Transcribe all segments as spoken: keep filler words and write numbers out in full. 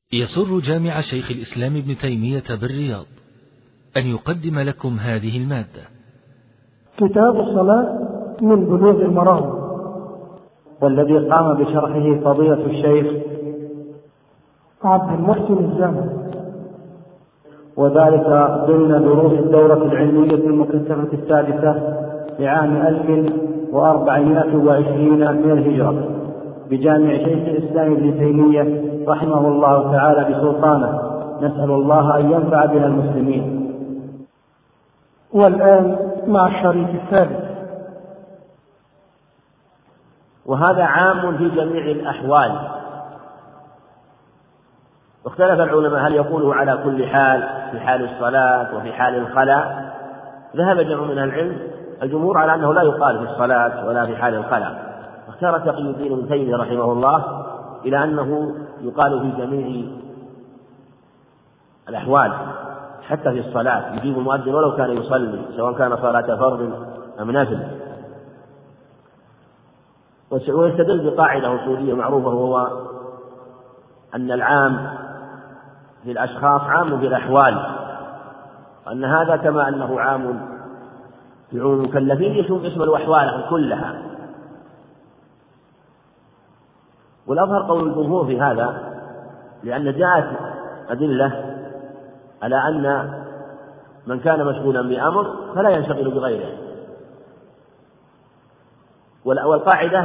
يسر جامع شيخ الإسلام ابن تيمية بالرياض أن يقدم لكم هذه المادة. كتاب الصلاة من بلوغ المرام، والذي قام بشرحه فضيلة الشيخ عبد المحسن الزامل، وذلك ضمن دروس الدورة العلمية المكثفة السادسة لعام ألف وأربعمائة وعشرين من الهجرة بجامع شيخ الإسلام ابن تيمية رحمه الله تعالى بسلطانه، نسأل الله أن ينفع بها المسلمين. والآن مع الشريط الثالث. وهذا عام في جميع الأحوال، واختلف العلماء هل يقوله على كل حال في حال الصلاة وفي حال الخلاء. ذهب جمع من العلم الجمهور على أنه لا يقال في الصلاة ولا في حال الخلاء، واختار تقي الدين ابن تيمية رحمه الله إلى أنه يقال في جميع الأحوال حتى في الصلاة، يجيب المؤذن ولو كان يصلي سواء كان صلاة فرض أم نفل. ويستدل بقاعدة أصولية معروفة، وهو أن العام في الأشخاص عام في الأحوال، أن هذا كما أنه عام في عموم المكلفين يشمل أحوالهم كلها. والأظهر قول الجمهور في هذا، لأن جاءت أدلة على أن من كان مشغولا بأمر فلا ينشغل بغيره. والقاعدة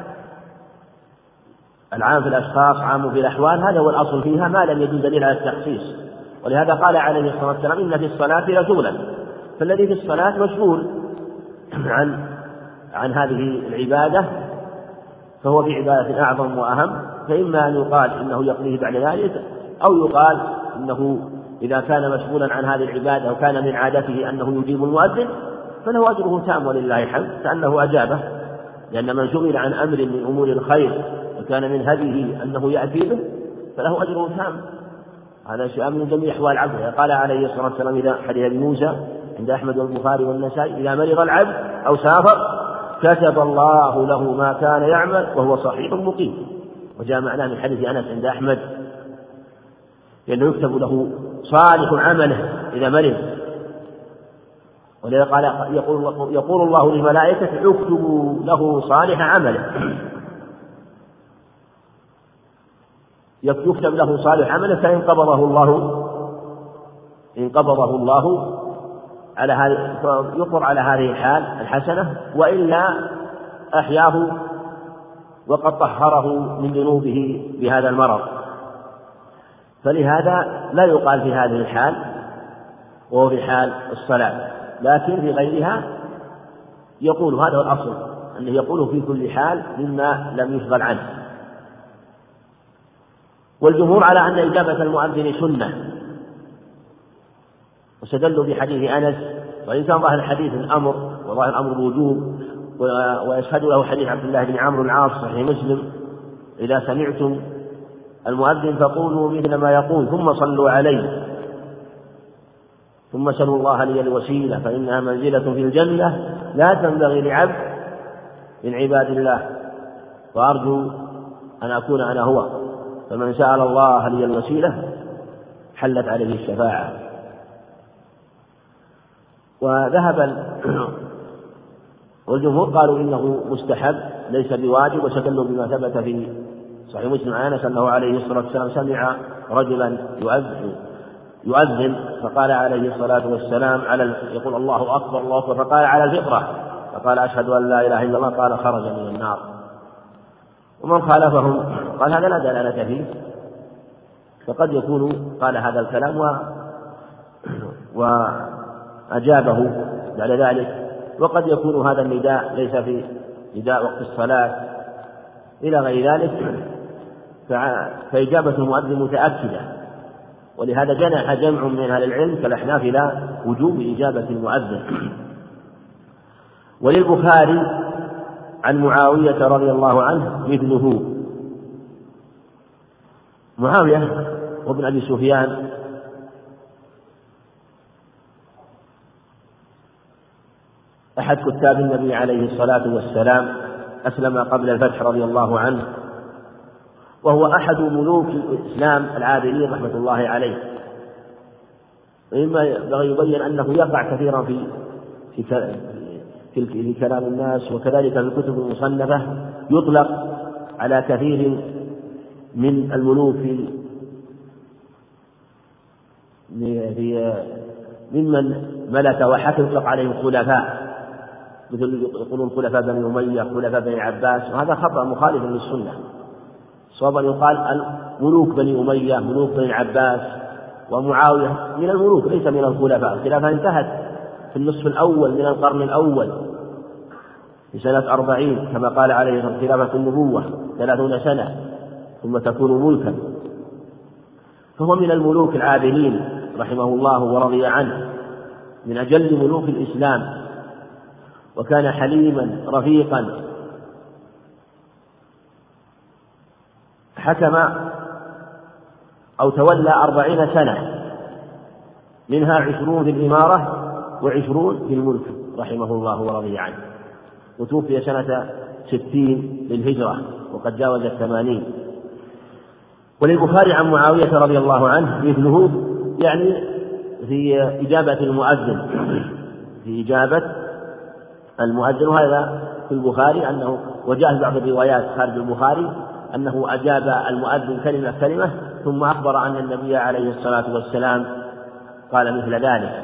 العام في الأشخاص عام في الأحوال، هذا هو الأصل فيها ما لم يدل دليل على التخصيص. ولهذا قال عليه الصلاة والسلام إن في الصلاة رسولا، فالذي في الصلاة مشغول عن عن هذه العبادة فهو في عبادة أعظم وأهم، فإما أن يقال إنه يقضيه بعد ذلك، أو يقال إنه إذا كان مشغولا عن هذه العبادة وكان من عادته أنه يجيب المؤذن فله أجره تام ولله الحمد، كأنه أجابه، لأن من شغل عن أمر من أمور الخير وكان من هديه أنه يأتي به فله أجره تام. هذا شيء من جميع أحوال العبد. قال عليه الصلاة والسلام إذا حديث موسى عند أحمد والبخاري والنسائي إذا مرض العبد أو سافر كتب الله له ما كان يعمل وهو صحيح مقيم. وجاء معناه من حديث أنس عند أحمد لأنه يكتب له صالح عمله إذا مرض. ولذا قال يقول, يقول الله للملائكة اكتبوا له صالح عمله، يكتب له صالح عمله، فإن قبضه الله إن قبضه الله على هذه يقر على هذه الحال الحسنة، وإلا أحياه وقد طهره من ذنوبه بهذا المرض. فلهذا لا يقال في هذه الحال وهو في حال الصلاة، لكن في غيرها يقول. هذا هو الأصل، أنه يقول في كل حال مما لم يشغل عنه. والجمهور على أن إجابة المؤذن سنة، واستدلوا بحديث أنس، وإن كان ظاهر الحديث الأمر وظاهر الأمر الوجوب، ويشهد له حديث عبد الله بن عمرو العاص صحيح مسلم إذا سمعتم المؤذن فقولوا مثل ما يقول ثم صلوا عليه ثم سلوا الله لي الوسيلة فإنها منزلة في الجنة لا تنبغي لعبد من عباد الله، وأرجو أن أكون أنا هو، فمن سأل الله لي الوسيلة حلت عليه الشفاعة. وذهب والجمهور قالوا إنه مستحب ليس بواجب، وستدلوا بما ثبت في صحيح مسلم عن أنس أنه عليه الصلاة والسلام سمع رجلا يؤذن فقال عليه الصلاة والسلام على يقول الله أكبر الله أكبر، فقال على الفطرة، فقال أشهد أن لا إله إلا الله، قال خرج من النار. ومن خالفهم قال هذا لا دلالة فيه، فقد يكون قال هذا الكلام و... وأجابه بعد ذلك، وقد يكون هذا النداء ليس في نداء وقت الصلاة إلى غير ذلك، فإجابة المؤذن متأكدة. ولهذا جنح جمع من أهل العلم كالأحناف إلى وجوب إجابة المؤذن. وللبخاري عن معاوية رضي الله عنه مثله. معاوية وابن أبي سفيان أحد كتاب النبي عليه الصلاة والسلام، أسلم قبل الفتح رضي الله عنه، وهو أحد ملوك الإسلام العادلين رحمة الله عليه. وإما ينبغي يبين أنه يقع كثيرا في في في كلام الناس، وكذلك في الكتب المصنفة يطلق على كثير من الملوك ممن ملك وحكم يطلق عليهم خلفاء، مثل يقولون خلفاء بني أمية، خلفاء بني عباس، وهذا خطأ مخالف للسنة. صوابا يقال ملوك بني أمية، ملوك بني عباس ومعاوية من الملوك ليس من الخلفاء. الخلافة انتهت في النصف الأول من القرن الأول في سنة أربعين كما قال عليه خلافة النبوة ثلاثون سنة ثم تكون ملكا. فهو من الملوك العادلين رحمه الله ورضي عنه، من أجل ملوك الإسلام، وكان حليما رفيقا، حكم أو تولى أربعين سنة منها عشرون في الإمارة وعشرون في الملك رحمه الله ورضي عنه، وتوفي سنة ستين للهجرة وقد جاوز الثمانين. وللبخاري عن معاوية رضي الله عنه مثله، يعني في إجابة المؤذن في إجابة المؤذن، وهذا في البخاري أنه وجاء في بعض الروايات خارج البخاري أنه أجاب المؤذن كلمة كلمة ثم أخبر أن النبي عليه الصلاة والسلام قال مثل ذلك.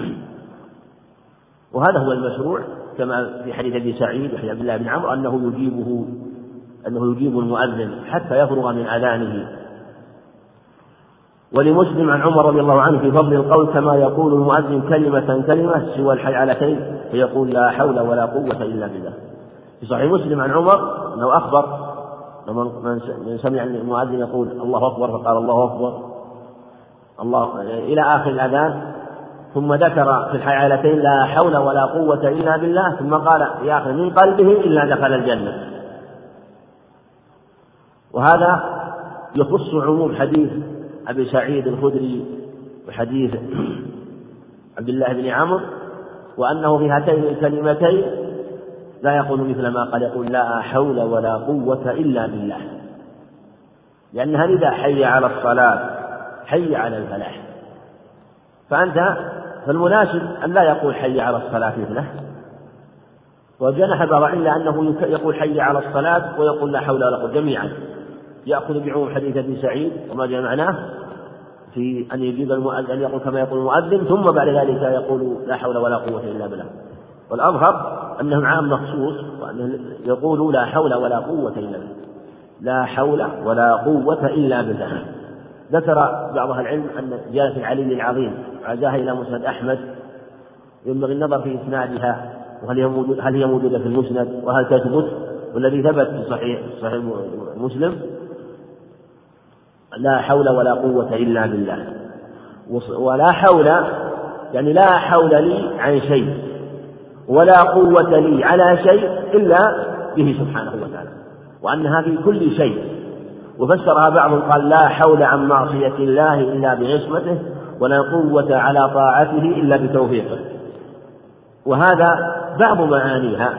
وهذا هو المشروع كما في حديث أبي سعيد وحديث عبد الله بن عمرو أنه يجيبه أنه يجيب المؤذن حتى يفرغ من أذانه. ولمسلم عن عمر رضي الله عنه في فضل القول كما يقول المؤذن كلمة كلمة سوى الحيعلتين فيقول لا حول ولا قوة إلا بالله. في صحيح مسلم عن عمر أنه أخبر من سمع المؤذن يقول الله أكبر فقال الله أكبر الله إلى آخر الأذان، ثم ذكر في الحيعلتين لا حول ولا قوة إلا بالله، ثم قال يا أخي من قلبه إلا دخل الجنة. وهذا يخص عموم حديث أبي سعيد الخدري وحديث عبد الله بن عمرو، وأنه في هاتين الكلمتين لا يقول مثل ما قال، يقول لا حول ولا قوة إلا بالله، لأنها إذا حي على الصلاة حي على الفلاح. فأنت فالمناسب أن لا يقول حي على الصلاة مثله، وجنح بعض إلا أنه يقول حي على الصلاة ويقول لا حول ولا قوة جميعا، يأخذ بعموم حديث أبي سعيد وما جاء معناه في أن يجيب المؤذن أن يقول كما يقول المؤذن ثم بعد ذلك يقول لا حول ولا قوة إلا بالله. والأظهر أنه عام مخصوص، وأنه يقول لا حول ولا قوة إلا بالله، لا حول ولا قوة إلا بالله. ذكر بعض أهل العلم أن جاءت العلي العظيم عزاها إلى مسند أحمد، ينبغي النظر في إسنادها وهل هي موجودة هل هي موجودة في المسند وهل تثبت. والذي ثبت في صحيح صحيح مسلم لا حول ولا قوة إلا بالله. ولا حول يعني لا حول لي عن شيء ولا قوة لي على شيء إلا به سبحانه وتعالى، وأنها في كل شيء. وفسرها بعضهم قال لا حول عن معصية الله إلا بعصمته ولا قوة على طاعته إلا بتوفيقه. وهذا بعض معانيها،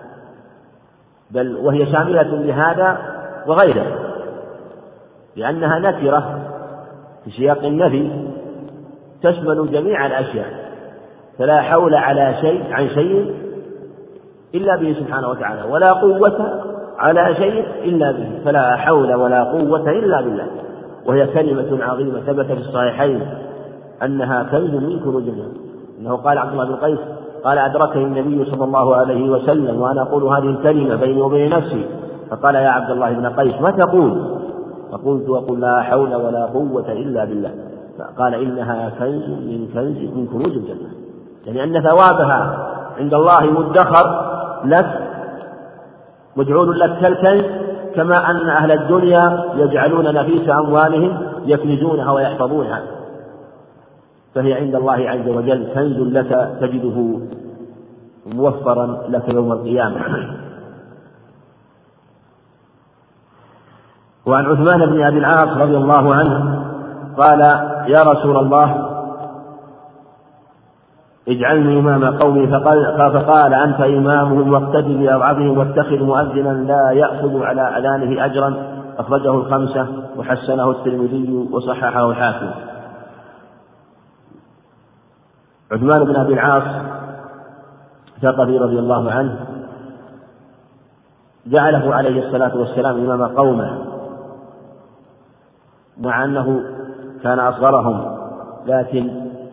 بل وهي شاملة لهذا وغيره، لأنها نكرة في سياق النفي تشمل جميع الأشياء، فلا حول على شيء عن شيء إلا به سبحانه وتعالى، ولا قوة على شيء إلا به، فلا حول ولا قوة إلا بالله. وهي كلمة عظيمة ثبت في الصحيحين أنها كنز من كنوز الجنة. إنه قال عبد الله بن قيس قال أدركني النبي صلى الله عليه وسلم وأنا أقول هذه الكلمة بيني وبين نفسي، فقال يا عبد الله بن قيس ما تقول؟ فقلت أقول لا حول ولا قوة إلا بالله. فقال إنها كنز من كنز من كنوز الجنة، يعني أن ثوابها عند الله مدخر لك مجعول لك كالكنز، كما أن أهل الدنيا يجعلون نفيس أموالهم يكنزونها ويحفظونها، فهي عند الله عز وجل كنز لك تجده موفرا لك يوم القيامة. وعن عثمان بن أبي العاص رضي الله عنه قال يا رسول الله اجعلني إمام قومي، فقال, فقال أنت إمامهم واقتدي بأضعفهم واتخذ مؤذنا لا يأخذ على أذانه أجرا أخرجه الخمسة وحسنه الترمذي وصححه الحاكم. عثمان بن أبي العاص ثقفي رضي الله عنه جعله عليه الصلاة والسلام إمام قومه، مع أنه كان أصغرهم، لكن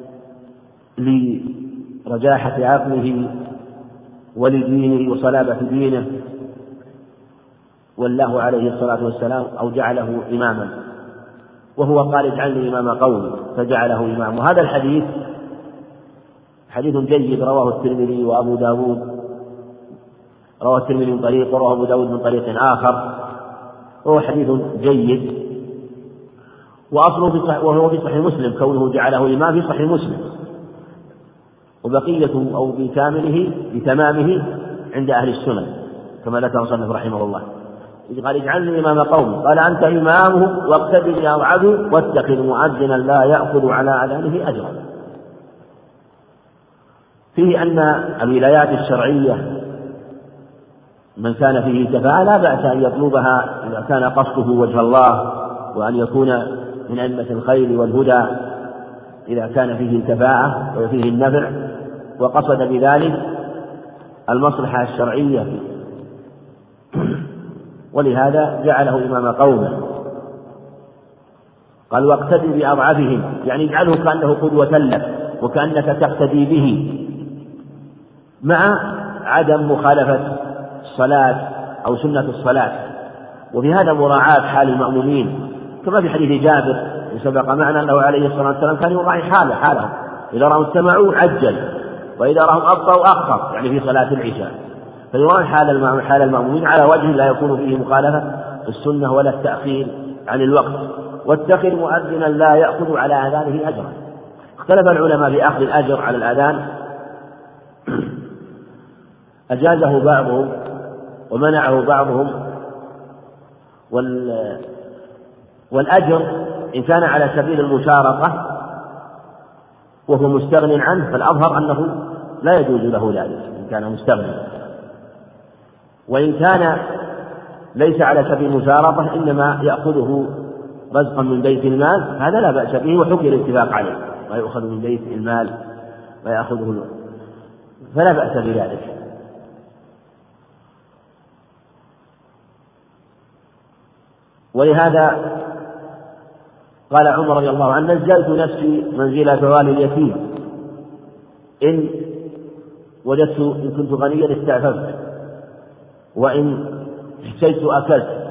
لرجاحة عقله ولدينه وصلابة دينه والله عليه الصلاة والسلام أو جعله إماما، وهو قال اجعلني إمام قومي فجعله إمام. وهذا الحديث حديث جيد رواه الترمذي وأبو داود، رواه الترمذي من طريق ورواه أبو داود من طريق آخر، وهو حديث جيد، وأصله في صحيح وهو في صحيح مسلم، كونه جعله إمام في صحيح مسلم، وبقيته أو بكامله بتمامه عند أهل السنن كما ذكر المصنف رحمه الله. إذ قال اجعلني إمام قومي قال أنت إمامه واقتدي بأوعده واتخذ مؤذنا لا يأخذ على أذانه أجرا. فيه أن الولايات الشرعية من كان فيه كفاءة لا بأس أن يطلبها إذا كان قصده وجه الله، وأن يكون من أئمة الخير والهدى إذا كان فيه الكفاءة وفيه النفع وقصد بذلك المصلحة الشرعية، ولهذا جعله إمام قومه. قال واقتدي بأضعفهم، يعني اجعله كأنه قدوة لك وكأنك تقتدي به، مع عدم مخالفة الصلاة أو سنة الصلاة. وفي هذا مراعاة حال المأمومين، كما في حديث جابر سبق معنا أنه عليه الصلاة والسلام كان يراعي حاله حالهم، إذا رأوا استمعوا عجل، وإذا رأهم أبطأوا أخر، يعني في صلاة العشاء، فيراعي حال حال المأمومين على وجه لا يكون فيه مخالفة السنة ولا التأخير عن الوقت. واتخذ مؤذنا لا يأخذ على أذانه أجرا. اختلف العلماء في أخذ الأجر على الأذان، أجازه بعضهم ومنعه بعضهم، وال والأجر إن كان على سبيل المشارقة وهو مستغن عنه فالأظهر أنه لا يجوز له ذلك إن كان مستغني، وإن كان ليس على سبيل المشارقة إنما يأخذه رزقا من بيت المال هذا لا بأس به، وحكي الاتفاق عليه، ما يؤخذ من بيت المال ما يأخذه فلا بأس بذلك. ولهذا قال عمر رضي الله عنه نزلت نفسي منزل ثوال اليتيم، إن وجدت إن كنت غنيا استعففت، وإن احتجت أكلت.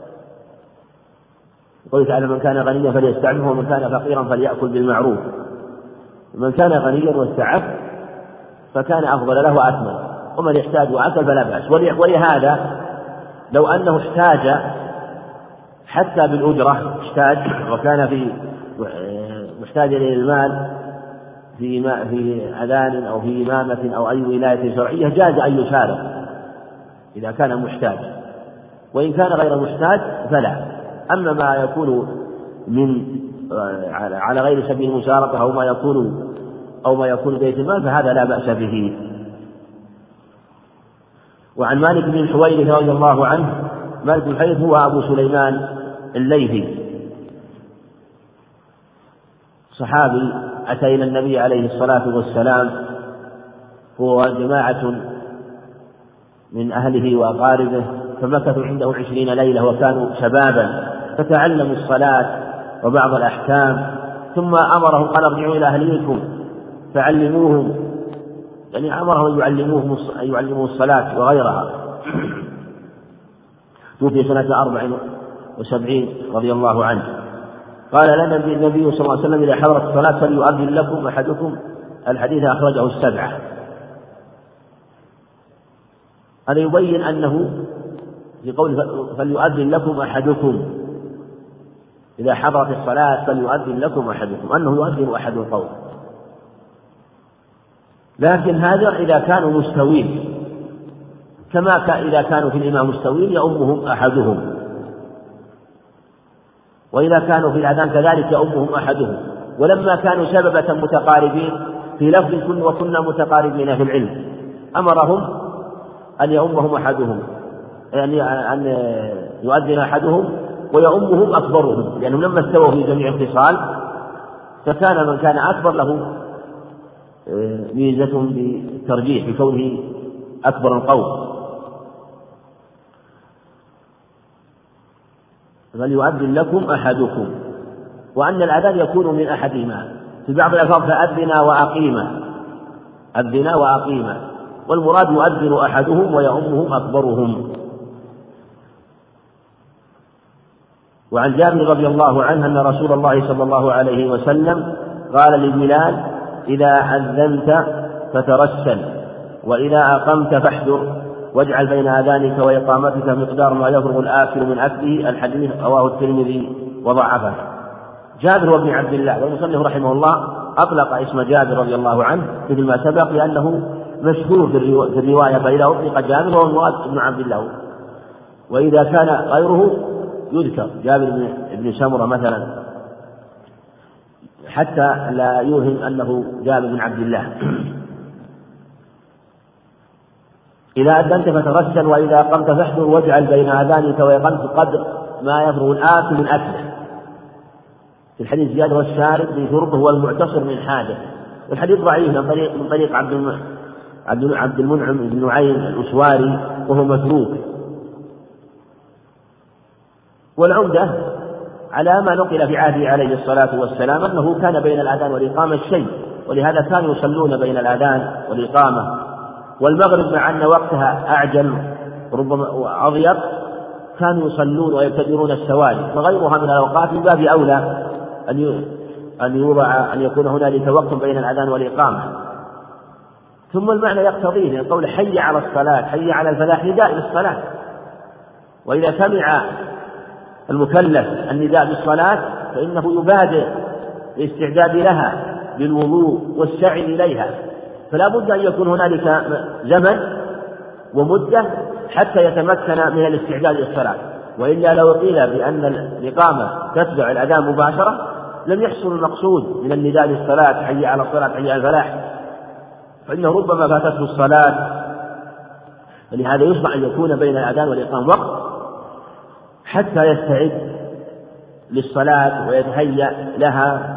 قلت على من كان غنيا فليستعفف ومن كان فقيرا فليأكل بالمعروف. من كان غنيا واستعف فكان أفضل له وأكمل، ومن يحتاج وأكل فلا بأس. ولهذا لو أنه احتاج حتى بالأجرة احتاج وكان في محتاج إلى المال في في أذان أو في إمامة أو أي ولاية شرعية جاز أن يشارك إذا كان محتاج، وإن كان غير محتاج فلا. أما ما يكون من على غير سبيل المشاركة أو ما يكون أو ما يكون بيت المال فهذا لا بأس به. وعن مالك بن الحويرث رضي الله عنه، مالك بن الحويرث هو أبو سليمان الليثي صحابي أتى إلى النبي عليه الصلاة والسلام هو جماعة من أهله وأقاربه، فمكثوا عنده عشرين ليلة وكانوا شبابا، فتعلموا الصلاة وبعض الأحكام، ثم أمرهم قال ارجعوا إلى أهليكم فعلموهم، يعني أمرهم أن يعلموهم أن يعلموا الصلاة وغيرها. توفي سنة أربع وسبعين رضي الله عنه. قال لنا النبي صلى الله عليه وسلم إذا حضرت الصلاة فليؤذن لكم أحدكم، الحديث أخرجه السبعة. هذا يبين أنه في قول فليؤذن لكم أحدكم، إذا حضرت الصلاة فليؤذن لكم أحدكم، أنه يؤذن أحد القوم، لكن هذا إذا كانوا مستوين، كما إذا كانوا في الإمام مستوين يؤمهم أحدهم، وإذا كانوا في الأذان كذلك يؤمهم أحدهم. ولما كانوا شببة متقاربين في لفظ كن وكنا متقاربين في العلم أمرهم أن يؤمهم أحدهم، يعني أن يؤذن أحدهم ويؤمهم أكبرهم، لأنهم لما استووا في جميع الخصال فكان من كان أكبر له ميزة بالترجيح بكونه أكبر القوم. فليؤذن لكم أحدكم، وأن الأذان يكون من أحدهما، في بعض الألفاظ فأذنا وأقيما، أذنا وأقيما، والمراد يؤذن أحدهم ويؤمهم أكبرهم. وعن جابر رضي الله عنه أن رسول الله صلى الله عليه وسلم قال لبلال: إذا أذنت فترسل، وإذا أقمت فاحذر، واجعل بين آذانك وإقامتك مقدار ما يفرغ الآكل من أكله. الحديث رواه الترمذي وضعفه. جابر بن عبد الله، والمصنف رحمه الله أطلق اسم جابر رضي الله عنه مثل ما سبق لأنه مشهور في الرواية، فإذا أطلق جابر هو المراد بن عبد الله، وإذا كان غيره يذكر جابر بن سمرة مثلا حتى لا يوهم أنه جابر بن عبد الله. إذا أذنت فترسل، وإذا قمت فاحذر، واجعل بين آذانك وإقامتك قدر ما يفرغ الآكل من أكله. في الحديث زيادة: والشارب من شربه والمعتصر من حاجه. والحديث ضعيف من طريق من طريق عبد عبد المنعم بن نعيم الأسواري، وهو متروك. والعمدة على ما نقل في عهده عليه الصلاة والسلام أنه كان بين الأذان والإقامة شيء، ولهذا كانوا يصلون بين الأذان والإقامة. والمغرب مع أن وقتها أعجل ربما أضيق كانوا يصلون ويبتدرون السوالي، وغيرها من الأوقات من باب أولى أن يوضع أن يكون هنالك وقت بين الأذان والإقامة. ثم المعنى يقتضيه قول حي على الصلاة، حي على الفلاح، نداء للصلاة. وإذا سمع المكلف النداء بالصلاة فإنه يبادر الاستعداد لها بالوضوء والسعي إليها، فلا بد أن يكون هنالك زمن ومدة حتى يتمكن من الاستعداد للصلاة. وإلا لو قيل بأن الإقامة تتبع الأذان مباشرة لم يحصل المقصود من النداء للصلاة، حي على الصلاة حي على الفلاح، فإنه ربما فاتته الصلاة. فلهذا يشرع أن يكون بين الأذان والإقامة وقت حتى يستعد للصلاة ويتهيأ لها،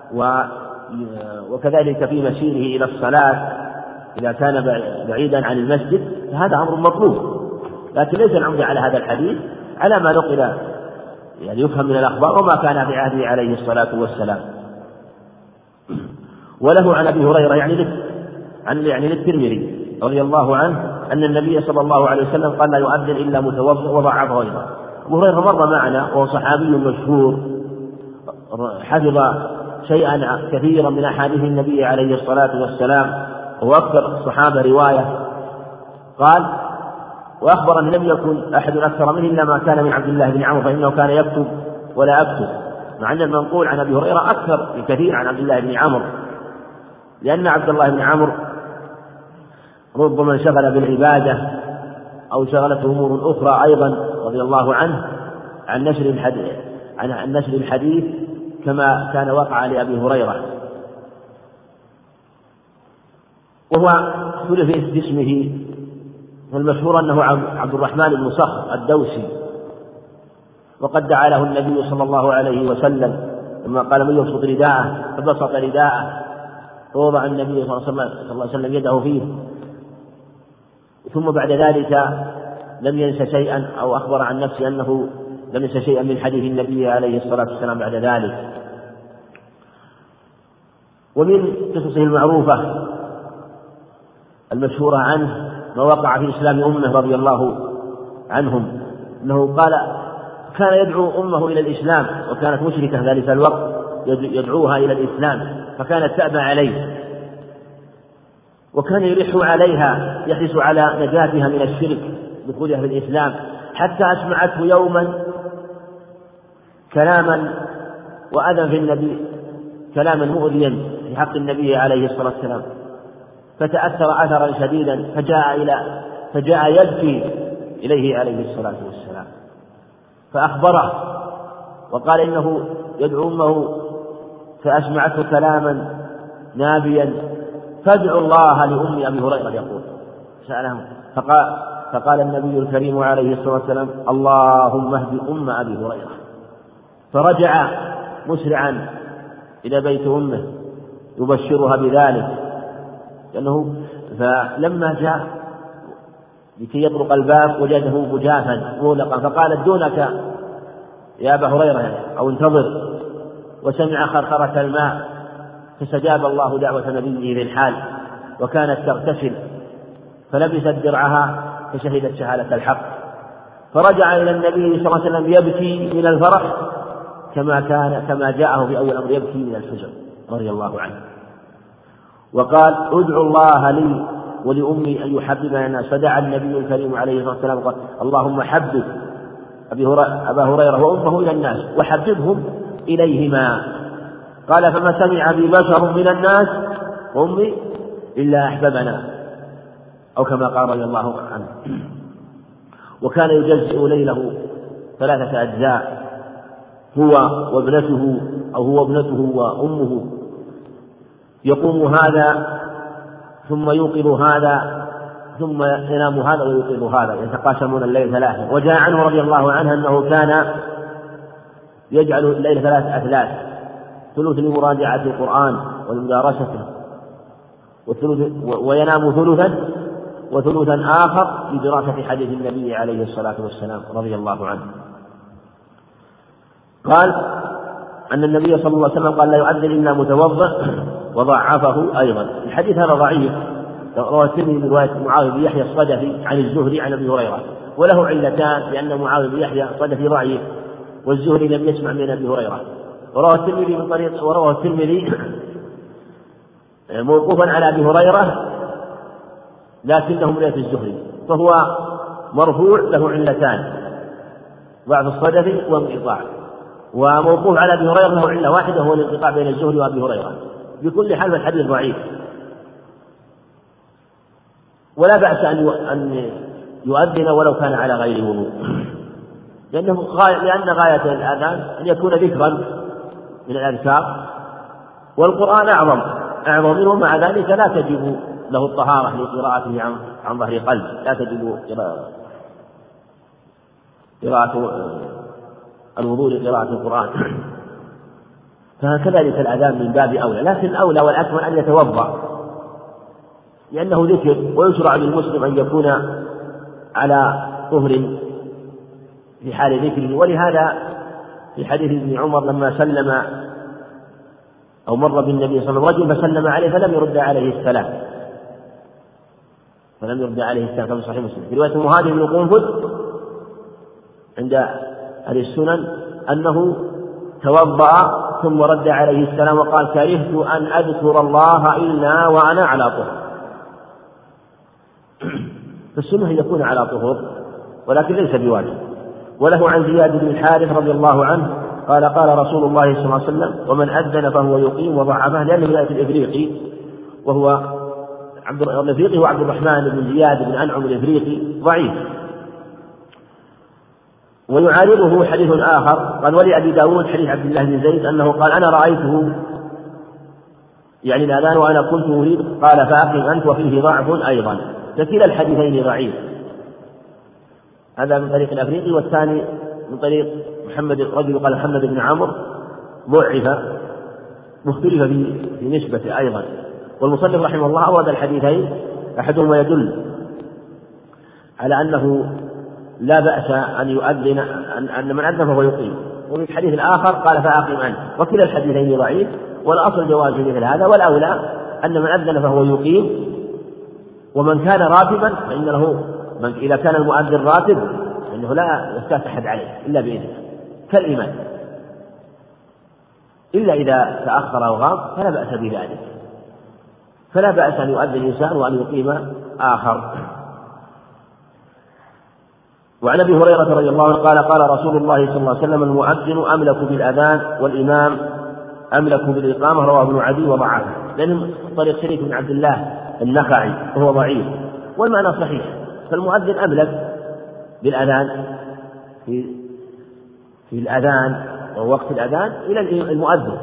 وكذلك في مسيره إلى الصلاة إذا كان بعيدا عن المسجد فهذا أمر مطلوب. لكن ليس العمدة على هذا الحديث على ما نقل يعني يفهم من الأخبار وما كان في عهده عليه الصلاة والسلام. وله عن أبي هريرة يعني عن يعني للترمذي رضي الله عنه أن النبي صلى الله عليه وسلم قال: لا يؤذن إلا متوضئ، وضعفه أيضا. أبو هريرة مر معنا وهو صحابي مشهور حفظ شيئا كثيرا من أحاديث النبي عليه الصلاة والسلام، وهو أكثر الصحابة رواية. قال: وأخبر أن لم يكن أحد أكثر منه إلا ما كان من عبد الله بن عمرو، فإنه كان يكتب ولا أكتب، مع أن المنقول عن أبي هريرة أكثر بكثير عن عبد الله بن عمرو، لأن عبد الله بن عمرو ربما انشغل بالعبادة أو شغلته أمور أخرى أيضا رضي الله عنه عن نشر الحديث عن نشر الحديث كما كان وقع لأبي هريرة. وهو اختلف في اسمه، والمشهور أنه عبد الرحمن بن صخر الدوسي، وقد دعا له النبي صلى الله عليه وسلم لما قال: من يبسط رداءه، فبسط رداءه، فوضع النبي صلى الله عليه وسلم يده فيه، ثم بعد ذلك لم ينس شيئا، أو أخبر عن نفسه أنه لم ينس شيئا من حديث النبي عليه الصلاة والسلام بعد ذلك. ومن قصصه المعروفة المشهورة عنه ما وقع في إسلام أمه رضي الله عنهم، أنه قال: كان يدعو أمه إلى الإسلام، وكانت مشركة ذلك الوقت يدعوها إلى الإسلام، فكانت تأبى عليه، وكان يلح عليها يحرص على نجاتها من الشرك دخولها في الإسلام، حتى أسمعته يوما كلاما وأذن في النبي كلاما مؤذيا في حق النبي عليه الصلاة والسلام، فتأثر أثرا شديدا، فجاء إلى فجاء يبكي إليه عليه الصلاة والسلام، فأخبره وقال إنه يدعو أمه فأسمعته كلاما نابيا، فادعوا الله لأم أبي هريرة يقول سألهم، فقال, فقال النبي الكريم عليه الصلاة والسلام: اللهم اهد أم أبي هريرة. فرجع مسرعا إلى بيت أمه يبشرها بذلك، لأنه فلما جاء لكي يطرق الباب وجده مجافا مغلقا، فقالت دونك يا أبا هريرة أو انتظر، وسمع خرخرة الماء فاستجاب الله دعوة نبيه ذي الحال، وكانت تغتسل فلبست درعها فشهدت شهادة الحق، فرجع إلى النبي صلى الله عليه وسلم يبكي من الفرح كما كان كما جاءه في أول أمر يبكي من الحزن رضي الله عنه، وقال ادعوا الله لي ولأمي أن يحببنا الناس، فدعا النبي الكريم عليه الصلاة والسلام قال اللهم حبب أبا هريرة وأمه إلى الناس وحببهم إليهما. قال فما سمع بي بشر من الناس أمي إلا أحببنا، أو كما قال رضي الله عنه. وكان يجزئ ليله ثلاثة أجزاء، هو وابنته أو هو ابنته وأمه، يقوم هذا ثم يوقظ هذا ثم ينام هذا ويوقظ هذا، يتقاسمون الليل ثلاثة. وجاء عنه رضي الله عنه أنه كان يجعل الليل ثلاثة أثلاث، ثلث لمراجعة القرآن ولمدارسته، وثلث وينام ثلثا وثلثا آخر لدراسة حديث النبي عليه الصلاة والسلام رضي الله عنه. قال أن النبي صلى الله عليه وسلم قال لا يؤذن إلا متوضئ، وضعفه أيضا. الحديث هذا ضعيف، رواه الترمذي من رواية معاوية بن يحيى الصدفي عن الزهري عن أبي هريرة، وله علتان، لأن معاوية بن يحيى الصدفي ضعيف والزهري لم يسمع من أبي هريرة. ورواه الترمذي من طريق ورواه الترمذي موقوفا على أبي هريرة لكنه من رواية الزهري، فهو مرفوع له علتان، ضعف الصدفي وانقطاع، وموقوف على أبي هريرة له علة واحدة هو الانقطاع بين الزهري وأبي هريرة. بكل حال الحديث ضعيف، ولا بأس أن يؤذن ولو كان على غير وضوء، لأنه غاية لأن غاية الأذان أن يكون ذكرا من الأذكار، والقرآن أعظم أعظم منه، مع ذلك لا تجب له الطهارة لقراءته عن, عن ظهر قلب، لا تجب قراءة الوضوء لقراءة القرآن. فكذلك الأذان من باب أولى، لكن الأولى والأكمل أن يتوضأ، لأنه ذكر، ويشرع للمسلم أن يكون على طهر في حال ذكره. ولهذا في حديث ابن عمر لما سلم أو مر بالنبي صلى الله عليه وسلم رجل فسلم عليه فلم يرد عليه السلام فلم يرد عليه السلام كما في صحيح مسلم. في رواية مهاجر بن قنفذ عند أهل السنن أنه توضأ ثم رد عليه السلام وقال كرهت أن أذكر الله إلا وأنا على طهر. فالسنة أن يكون على طهر ولكن ليس بواجب. وله عن زياد بن الحارث رضي الله عنه قال قال رسول الله صلى الله عليه وسلم ومن أذن فهو يقيم، وضعفه لأنه من آية الإفريقي، وهو عبد الإفريقي هو عبد الرحمن بن زياد بن أنعم الإفريقي ضعيف. ويعارضه حديث آخر قال ولأبي داود حديث عبد الله بن زيد أنه قال أنا رأيته يعني الأذان وأنا كنت أريد، قال فأقم أنت، وفيه ضعف أيضا. فكلا الحديثين ضعيف، هذا من طريق الأفريقي، والثاني من طريق محمد رجل قال محمد بن عمرو ضعف مختلف في, في نسبته أيضا. والمصنف رحمه الله أورد الحديثين، أحدهما يدل على أنه لا بأس أن يؤذن أن من أذن فهو يقيم، وفي الحديث الآخر قال فأقم أنت، وكلا الحديثين ضعيف، والأصل جواز مثل هذا، والأولى أن من أذن فهو يقيم، ومن كان راتبا فإن له من إذا كان المؤذن راتب فإنه لا يستفتح أحد عليه إلا بإذنه كالإمام، إلا إذا تأخر أو غاب فلا بأس بذلك، فلا بأس أن يؤذن إنسان وأن يقيم آخر. وعن أبي هريرة رضي الله عنه قال قال رسول الله صلى الله عليه وسلم المؤذن أملك بالأذان والإمام أملك بالإقامة، رواه ابن عدي وضعفه، لأنه طريق شريك بن عبد الله النخعي وهو ضعيف، والمعنى صحيح، فالمؤذن أملك بالأذان في في الأذان ووقت الأذان إلى المؤذن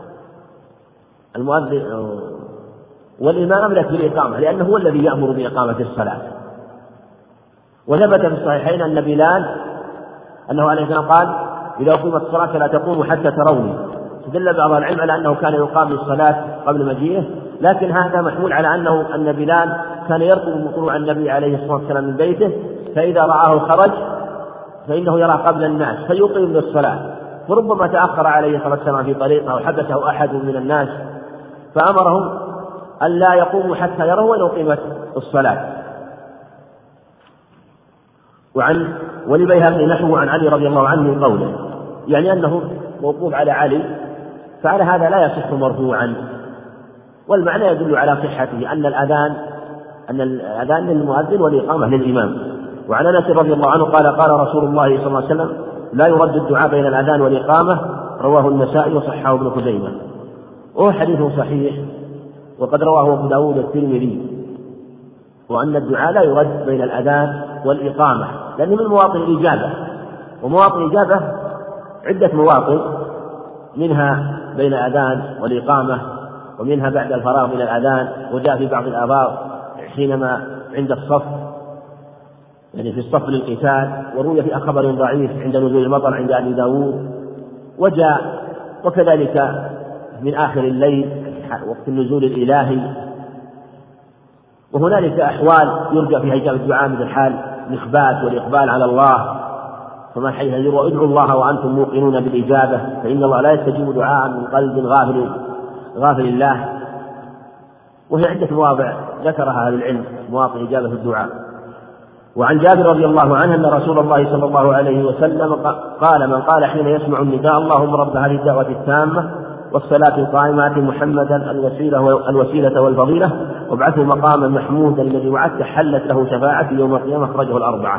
المؤذن والإمام أملك بالإقامة، لأنه هو الذي يأمر بإقامة الصلاة. وثبت في الصحيحين أن بلال أنه عليه السلام قال إذا أقيمت الصلاة فلا تقوموا حتى تروني. استدل بعض العلم على أنه كان يقام للصلاة قبل مجيئه، لكن هذا محمول على أنه أن بلال كان يرقب طلوع النبي عليه الصلاة والسلام من بيته، فإذا رآه خرج فإنه يرى قبل الناس فيقيم للصلاة، وربما تأخر عليه الصلاة والسلام في طريقه أو حدثه أحد من الناس فأمرهم أن لا يقوموا حتى يروا وإن أقيمت الصلاة. وعن ولبيهقي نحوه عن علي رضي الله عنه من قوله، يعني أنه موقوف على علي، فعلى هذا لا يصح مرفوعا، والمعنى يدل على صحته أن الأذان أن الأذان للمؤذن والإقامة للإمام. وعن أنس رضي الله عنه قال قال رسول الله صلى الله عليه وسلم لا يرد الدعاء بين الأذان والإقامة، رواه النسائي وصححه ابن خزيمة، وهو حديث صحيح وقد رواه أبو داود الترمذي. وأن الدعاء لا يرد بين الأذان والإقامة لأنه من مواطن الإجابة، ومواطن الإجابة عدة مواطن، منها بين الأذان والإقامة، ومنها بعد الفراغ من الأذان، وجاء في بعض الآباء حينما عند الصف يعني في الصف للقتال، وروي في خبر ضعيف عند نزول المطر عند أبي داود، وجاء وكذلك من آخر الليل وقت النزول الإلهي. وهنالك أحوال يرجى فيها إجابة الدعاء مثل حال الإخبات والإقبال على الله، فما حيث يروى ادعوا الله وأنتم موقنون بالإجابة، فإن الله لا يستجيب دعاء من قلب غافل غافل الله. وهي عدة مواضع ذكرها أهل العلم مواطن إجابة الدعاء. وعن جابر رضي الله عنه أن رسول الله صلى الله عليه وسلم قال من قال حين يسمع النداء اللهم رب هذه الدعوة التامة والصلاة القائمة آت محمدا الوسيلة الوسيلة والفضيلة وابعثه مقاما محمودا الذي وعدته حلت له شفاعتي يوم القيامة، أخرجه الأربعة.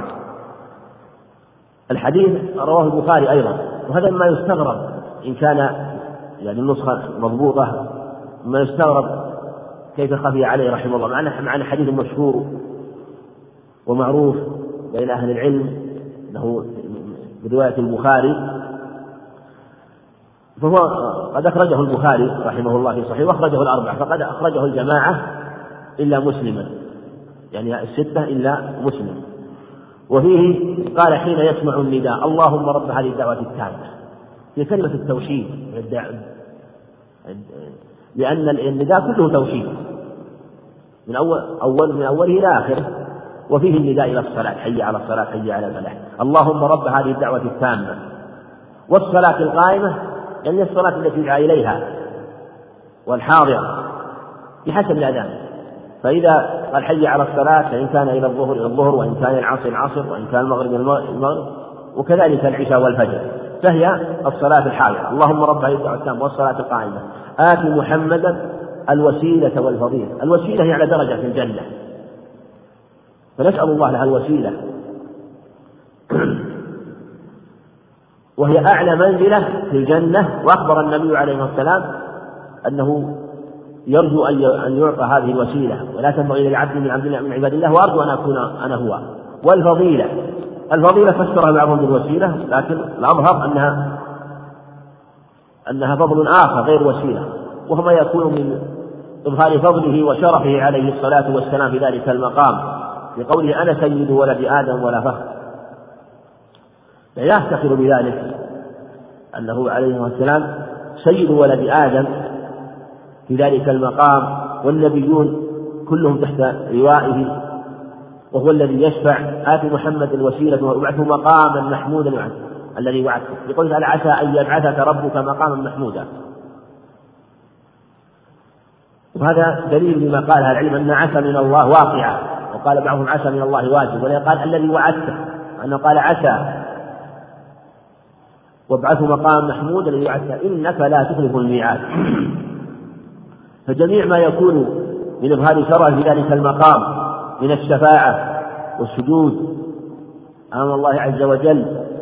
الحديث رواه البخاري أيضا، وهذا ما يستغرب إن كان يعني النسخة مضبوطة، ما يستغرب كيف خفي عليه رحمه الله، مع معنى حديث مشهور ومعروف بين أهل العلم له برواية البخاري، فهو قد أخرجه البخاري رحمه الله في صحيح وأخرجه الأربعة، فقد أخرجه الجماعة إلا مسلما، يعني الستة إلا مسلم. وفيه قال حين يسمع النداء اللهم رب هذه الدعوة التامة، في كلمة التوحيد، لأن النداء كله توحيد من أول, أول من أوله إلى آخره، وفيه النداء إلى الصلاة حي على الصلاة حي على الفلاح، اللهم رب هذه الدعوة التامة والصلاة القائمة، يعني الصلاة التي يدعى إليها والحاضرة بحسب الأذان، فإذا قال حي على الصلاة فإن كان إلى الظهر إلى الظهر، وإن كان العصر العصر، وإن كان المغرب المغرب، وكذلك العشاء والفجر، فهي الصلاة الحاضرة. اللهم رب هذه الدعوة التامة والصلاة القائمة آت محمدا الوسيلة والفضيلة. الوسيلة هي على درجة في الجنة، فنسأل الله لها الوسيلة وهي أعلى منزلة في الجنة. وأخبر النبي عليه الصلاة والسلام أنه يرجو أن يعطى هذه الوسيلة، ولا تنبغي للعبد من عبد من عباد الله وأرجو أن أكون أنا هو. والفضيلة، الفضيلة فسرها بعضهم بالوسيلة، لكن الأظهر أنها أنها فضل آخر غير وسيلة، وهو ما يكون من إظهار فضله وشرفه عليه الصلاة والسلام في ذلك المقام، بقوله أنا سيد ولد آدم ولا فخر، فيفتخر بذلك أنه عليه الصلاة والسلام سيد ولد آدم في ذلك المقام، والنبيون كلهم تحت لوائه، وهو الذي يشفع آت محمد الوسيلة وابعثه مقاما محمودا الذي وعدته، يقول هل عسى أن يبعثك ربك مقاما محمودا. وهذا دليل لما قالها العلم أن عسى من الله واقعة، وقال بعضهم عسى من الله واجب، ولا قال الذي وعدته، أنه قال عسى وابعثه مقاما محمودا الذي وعدته إنك لا تخلف الميعاد. فجميع ما يكون من إظهار شرف في ذلك المقام من الشفاعة والسجود أمام الله عز وجل،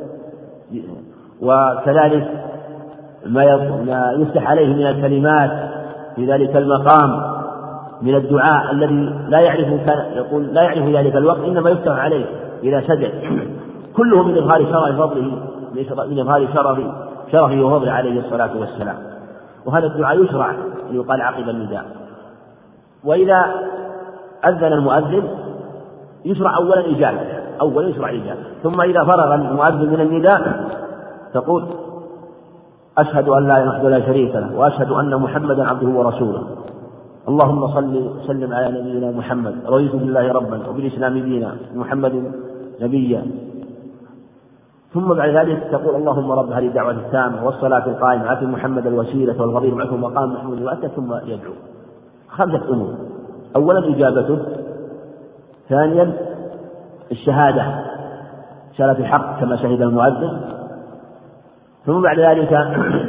وكذلك ما يفتح عليه من الكلمات في ذلك المقام من الدعاء الذي لا يعرف يقول لا يعرف ذلك الوقت إنما يفتح عليه إذا سجد، كله من إظهار شرف فضله، من إظهار شرف شرفه وفضله عليه الصلاة والسلام. وهذا الدعاء يشرع أن يقال عقب النداء. وإذا أذن المؤذن يشرع أولا إجابة، أولا يشرع إجابة، ثم إذا فرغ المؤذن من النداء تقول أشهد أن لا إله إلا الله شريك له وأشهد أن محمدا عبده ورسوله، اللهم صل وسلم على نبينا محمد، رضيت بالله ربا وبالإسلام دينا محمد نبيا. ثم بعد ذلك تقول اللهم رب هذه الدعوة التامة والصلاة القائمة آت محمد الوسيلة والفضيلة وابعثه مقام محمود وأتى، ثم يدعو. خمسة أمور: أولا إجابته، ثانيا الشهادة، شهادة الحق كما شهد المؤذن، ثم بعد ذلك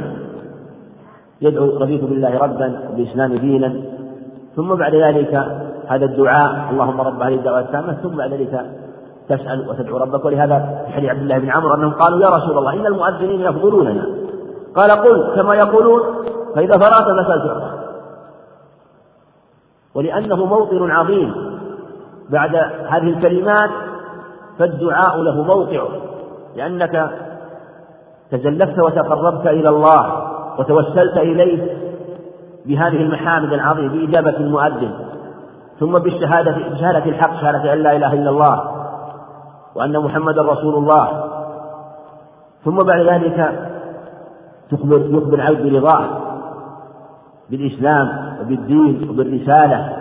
يدعو رضيت بالله ربا وبالإسلام دينا، ثم بعد ذلك هذا الدعاء اللهم رب هذه الدعوة التامة، ثم بعد ذلك تسأل وتدعو ربك. ولهذا في حديث عبد الله بن عمرو أنهم قالوا يا رسول الله إن المؤذنين يفضلوننا، قال قل كما يقولون فإذا فرغت فسأل ربك. ولأنه موطن عظيم بعد هذه الكلمات فالدعاء له موقع، لأنك تزلفت وتقربت إلى الله وتوسلت إليه بهذه المحامد العظيمة بإجابة المؤذن، ثم بالشهادة بشهادة الحق، شهادة أن لا إله إلا الله وأن محمدا رسول الله، ثم بعد ذلك تخبر يخبر العبد برضاه بالإسلام وبالدين وبالرسالة،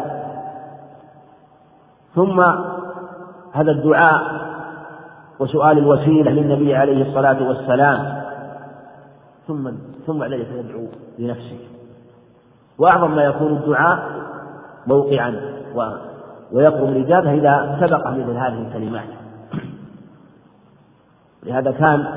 ثم هذا الدعاء وسؤال الوسيلة للنبي عليه الصلاة والسلام، ثم ثم بعد ذلك يدعو لنفسه. وأعظم ما يكون الدعاء موقعا ويقرب الإجابة إذا سبق مثل هذه الكلمات. لهذا كان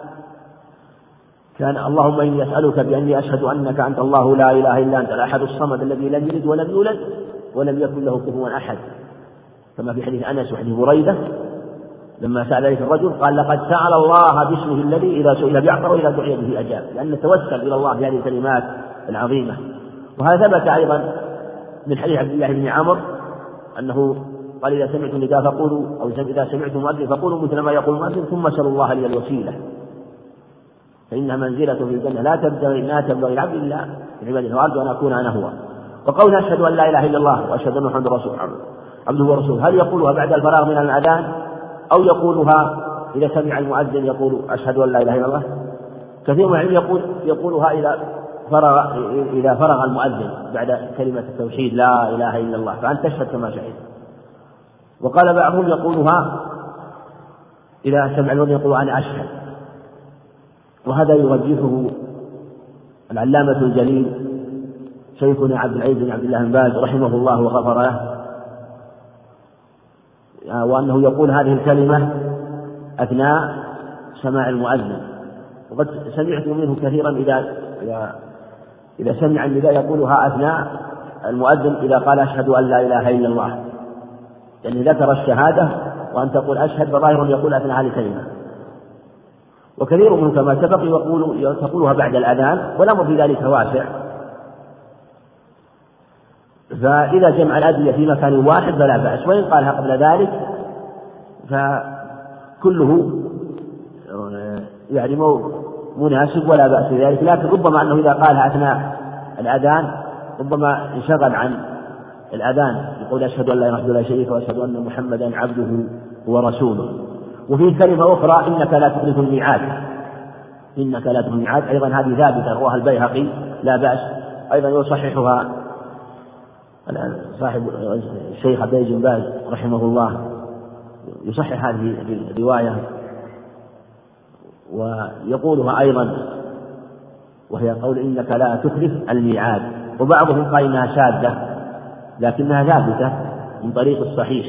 كان اللهم إني أسألك بأني أشهد أنك أنت الله لا إله إلا أنت الأحد الصمد الذي لم يلد ولم يولد ولم يكن له كفوا أحد، كما في حديث أنس وحديث بريدة لما سأل ذلك الرجل قال لقد سأل الله باسمه الذي إذا سئل بأعطى وإذا دعي به أجاب، لأن توسل إلى الله بهذه الكلمات العظيمة. وهذا ثبت أيضا من حديث عبد الله بن عمرو أنه قال إذا سمعتم النداء فقولوا أو إذا سمعتم مؤذن فقولوا مثل ما يقول المؤذن ثم سألوا الله لي الوسيلة فإنها منزلة في الجنة لا تبتغي لا تبتغي العبد إلا في عباده وأرجو أن أكون أنا هو. وقول أشهد أن لا إله إلا الله وأشهد أن محمدا رسول عبده ورسوله، هل يقولها بعد الفراغ من الأذان أو يقولها إذا سمع المؤذن يقول أشهد أن لا إله إلا الله؟ كثير من العلم يقول يقولها إذا فرغ إذا فرغ المؤذن بعد كلمة التوحيد لا إله إلا الله فأنت تشهد كما شهد. وقال بعضهم يقولها إذا سمع المؤذن يقول أنا أشهد. وهذا يرجحه العلامة الجليل شيخنا عبد العزيز بن عبد الله بن باز رحمه الله وغفر له، وأنه يقول هذه الكلمة أثناء سماع المؤذن. وقد سمعت منه كثيرا إذا إذا سمع النداء يقولها أثناء المؤذن إذا قال أشهد أن لا إله إلا الله، يعني ذكر الشهادة وأن تقول أشهد فظاهر يقول أثناء هذه الكلمة. وكثير منهم كما سبق يقول تقولها بعد الأذان والأمر في ذلك واسع، فإذا جمع الأدعية في مكان واحد فلا بأس، وإن قالها قبل ذلك فكله يعني مناسب ولا بأس بذلك. لكن ربما أنه إذا قالها أثناء الأذان ربما انشغل عن الأذان يقول أشهد أن لا إله إلا الله شريك وأشهد أن محمدا عبده ورسوله. وفي كلمة أخرى إنك لا تخلف الميعاد، إنك لا تخلف الميعاد أيضا هذه ثابتة رواها البيهقي لا بأس، أيضا يصححها صاحب الشيخ عبد العزيز بن باز رحمه الله يصحح هذه الرواية ويقولها أيضا، وهي قول إنك لا تخلف الميعاد. وبعضهم قال إنها شاذة لكنها ثابتة من طريق الصحيح،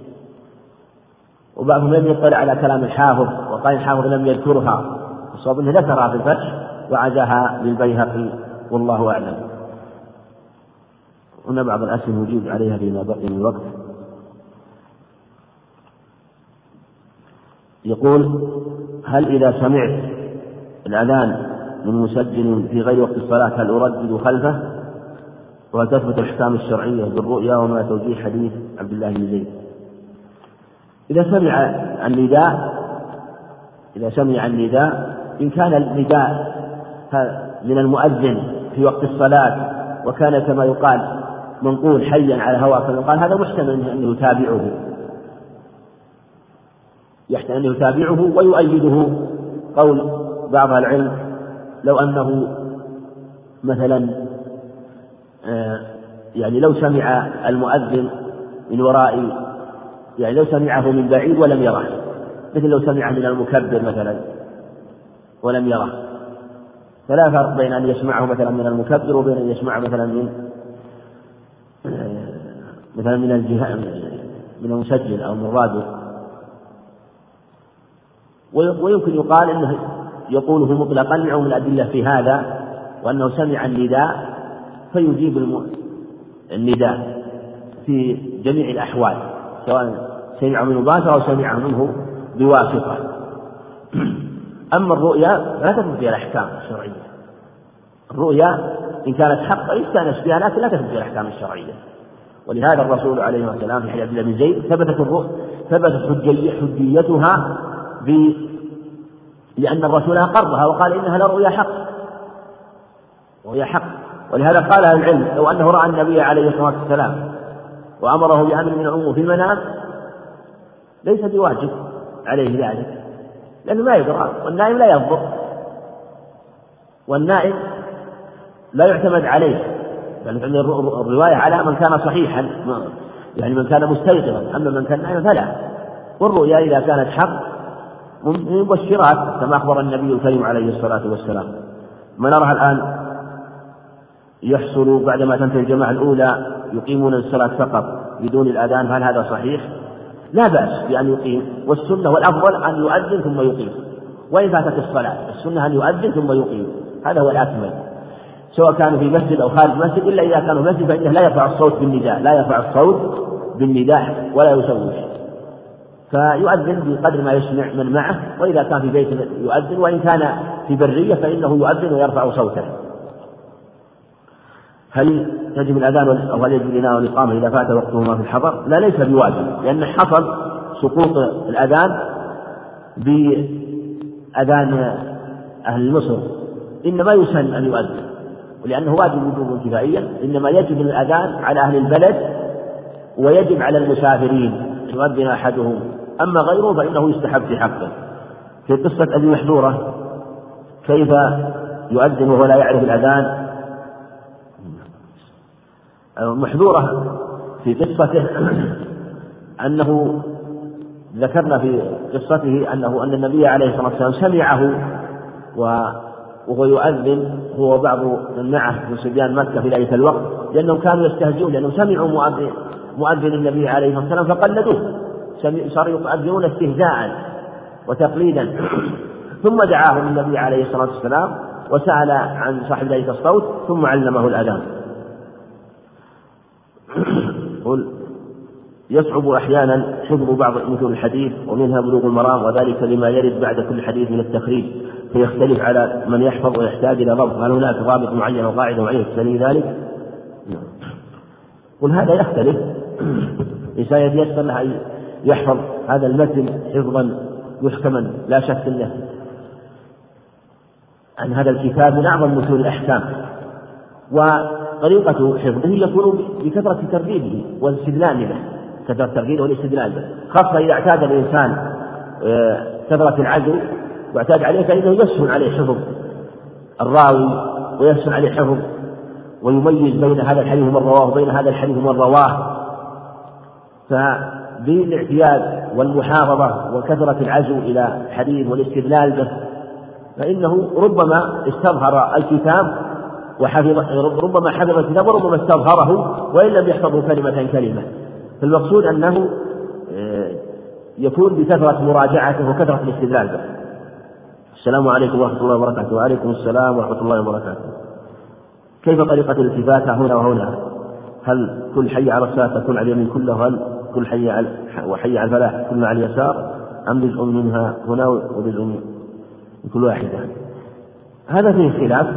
وبعضهم لم يطلع على كلام الحافظ وقال الحافظ لم يذكرها، الصواب أنه ذكرها في الفتح وعزاها للبيهقي والله أعلم. هنا بعض الأسئلة نجيب عليها فيما بقي من الوقت. يقول هل إذا سمعت الأذان من مسجل في غير وقت الصلاة هل أردد خلفه؟ وهل تثبت الأحكام الشرعية بالرؤيا وما توجيه حديث عبد الله بن زيد؟ إذا سمع النداء إذا سمع النداء إن كان النداء من المؤذن في وقت الصلاة وكان كما يقال منقول حيا على هواء فيقال هذا محتمل أنه يتابعه يحتمل أنه يتابعه ويؤيده قول بعض العلم لو أنه مثلا يعني لو سمع المؤذن من وراء، يعني لو سمعه من بعيد ولم يره، مثل لو سمعه من المكبر مثلا ولم يره، فلا فرق بين أن يسمعه مثلا من المكبر وبين أن يسمعه مثلا من مثلا من الجهة من المسجل أو من الراديو. ويمكن يقال أنه يقوله مطلقا لعموم الأدلة في هذا، وأنه سمع النداء فيجيب النداء في جميع الأحوال، سواء سمع منه مباشرة أو سمع منه بواسطة. أما الرؤيا لا تثبت فيها الأحكام الشرعية. الرؤيا إن كانت حقا يستأنس بها، لكن لا تثبت فيها الأحكام الشرعية. ولهذا الرسول عليه الصلاة والسلام في حديث عبد الله بن زيد ثبتت الرؤيا ثبتت حجيتها ب... لأن الرسول أقرها وقال إنها لرؤيا حق، رؤيا حق. ولهذا قال أهل العلم لو أنه رأى النبي عليه الصلاة والسلام وأمره بأمر من عموم في المنام ليس بواجب عليه ذلك، لأنه ما يدرى، والنائم لا ينظر، والنائم لا يعتمد عليه، يعني الرواية على من كان صحيحا، يعني من كان مستيقظا، أما من كان نائما فلا. والرؤيا إذا كانت حق من مبشرات كما أخبر النبي الكريم عليه الصلاة والسلام. ما نراها الآن يحصل بعدما تنتهي الجماعة الأولى يقيمون الصلاة فقط بدون الأذان، هل هذا صحيح؟ لا بأس بأن يقيم، والسنة والأفضل أن يؤذن ثم يقيم، وإن فاتت الصلاة السنة أن يؤذن ثم يقيم، هذا هو الأكمل، سواء كانوا في مسجد أو خارج مسجد، إلا إذا كانوا في مسجد فإنه لا يرفع الصوت بالنداء لا يرفع الصوت بالنداء ولا يشوش، فيؤذن بقدر ما يسمع من معه، وإذا كان في بيت يؤذن، وإن كان في برية فإنه يؤذن ويرفع صوته. هل يجب الأذان أو هل يجب الإناء والإقامة إذا فات وقتهما في الحضر؟ لا، ليس بواجب، لأن حصل سقوط الأذان بأذان أهل مصر، إنما يسن أن يؤذن، ولأنه واجب وجوبا كفائيا، إنما يجب الأذان على أهل البلد ويجب على المسافرين يؤذن أحدهم، أما غيره فإنه يستحب في حقه. في قصة أبي محذورة كيف يؤذن وهو لا يعرف الأذان؟ محذورة في قصته أنه ذكرنا في قصته أنه أن النبي عليه الصلاة والسلام سمعه وهو يؤذن هو وبعض من معه من صبيان مكة في ذلك الوقت، لأنهم كانوا يستهزئون، لأنهم سمعوا مؤذن, مؤذن النبي عليه الصلاة والسلام فقلدوه، صاروا يؤذنون استهزاء وتقليدا. ثم دعاهم النبي عليه الصلاة والسلام وسأل عن صاحب ذلك الصوت ثم علمه الأذان. قل يصعب أحيانا حفظ بعض متون الحديث ومنها بلوغ المرام، وذلك لما يرد بعد كل حديث من التخريج، فيختلف على من يحفظ ويحتاج إلى ضبط، هل هناك ضابط معين وقاعدة معينة تسمي ذلك؟ قل هذا يختلف، إنسان يتيسر له أن يحفظ هذا المتن حفظا محكما لا شك له أن هذا الكتاب من أعظم متون الأحكام، وطريقة حفظه يكون بكثرة ترديده والاستدلال به، كثرة ترديده والاستدلال به، خاصة إذا اعتاد الإنسان كثرة العزو واعتاد عليه فإنه يسهل عليه حفظ الراوي ويسهل عليه حفظ ويميز بين هذا الحديث من رواه وبين هذا الحديث من رواه. فبالاعتياد والمحافظة وكثرة العزو إلى الحديث والاستدلال به فإنه ربما استظهر الكتاب وحفظ، ربما حفظ الكتاب وربما استظهره وإن لم يحفظه كلمة كلمة. فالمقصود أنه يكون بكثرة مراجعته وكثرة الاستدلال به. السلام عليكم ورحمة الله وبركاته. وعليكم السلام ورحمة الله وبركاته. كيف طريقة الالتفات هنا وهنا؟ هل كل حي على الصلاة تكون على اليمين كله، هل كل حي على وحي على الفلاح تكون على اليسار، أم جزء منها هنا وجزء من كل واحدة؟ هذا فيه خلاف،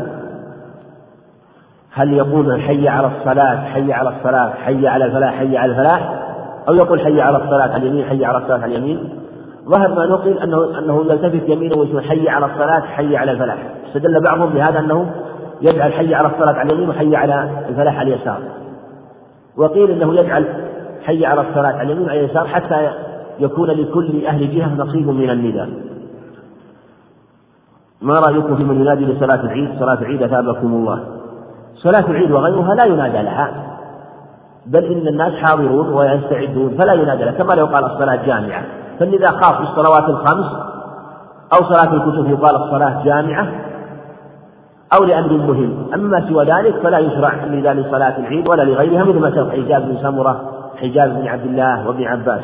هل يقول حي على الصلاة حي على الصلاة حي على الفلاح حي على الفلاح، أو يقول حي على الصلاة على اليمين حي على الصلاة على اليمين؟ ظهر ما نقل أنه أنه يلتفت يمينه ويقول حي على الصلاة حي على الفلاح. استدل بعضهم بهذا أنه يجعل حي على الصلاة على اليمين وحي على الفلاح على اليسار، وقيل أنه يجعل حي على الصلاة على اليمين وعلى اليسار حتى يكون لكل أهل جهة نصيب من النداء. ما رأيكم في من ينادي لصلاة العيد؟ صلاة العيد أثابكم الله. صلاة العيد وغيرها لا ينادى لها، بل إن الناس حاضرون ويستعدون فلا ينادى لها، كما لو قال الصلاة جامعة. فالنداء خاص بالصلوات الخمس أو صلاة الكسوف يقال الصلاة جامعة أو لأمر مهم. أما سوى ذلك فلا يشرع النداء لصلاة العيد ولا لغيرها، مثل ما سبق حجاب بن سمرة، حجاب بن عبد الله وابن عباس.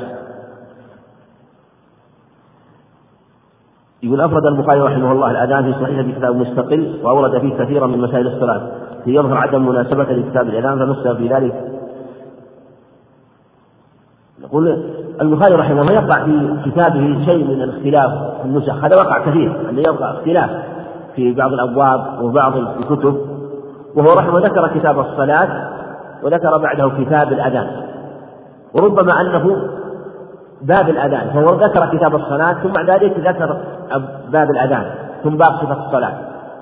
يقول أفرد البخاري رحمه الله الأذان في صحيح بكتاب مستقل، وأورد فيه كثيرا من مسائل الصلاة، في يظهر عدم مناسبة لكتاب الأذان فنص في ذلك. يقول البخاري رحمه الله يقع في كتابه شيء من الاختلاف في النسخ، هذا وقع كثير أن يبقى اختلاف في بعض الأبواب وبعض الكتب، وهو رحمه ذكر كتاب الصلاة وذكر بعده كتاب الأذان، وربما أنه باب الأذان، فهو ذكر كتاب الصلاة ثم بعد ذلك ذكر باب الأذان ثم باب صفة الصلاة.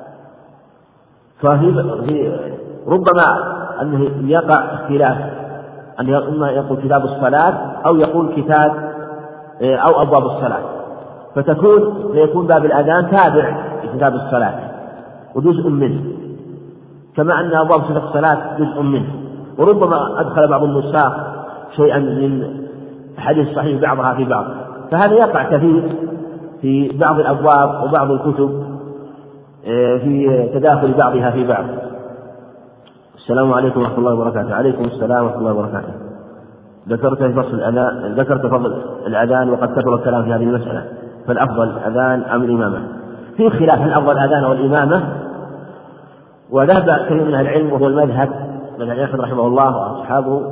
ففي ربما أنه يقع اختلاف أن إما يقول كتاب الصلاة أو يقول كتاب أو أبواب الصلاة، فتكون فيكون باب الأذان تابع لكتاب الصلاة وجزء منه، كما أن أبواب صفة الصلاة جزء منه. وربما أدخل بعض النساخ شيئا من حديث صحيح بعضها في بعض، فهذا يقع كثير في بعض الأبواب وبعض الكتب في تداخل بعضها في بعض. السلام عليكم ورحمة الله وبركاته. عليكم السلام ورحمة الله وبركاته. ذكرت في فصل الأذان ذكرت فضل الأذان وقد كثر الكلام في هذه المسألة، فالأفضل الأذان أم الإمامة؟ في خلاف هل الأفضل الأذان أو الإمامة، وذهب كثير من العلم وهو المذهب مذهب أحمد رحمه الله وأصحابه،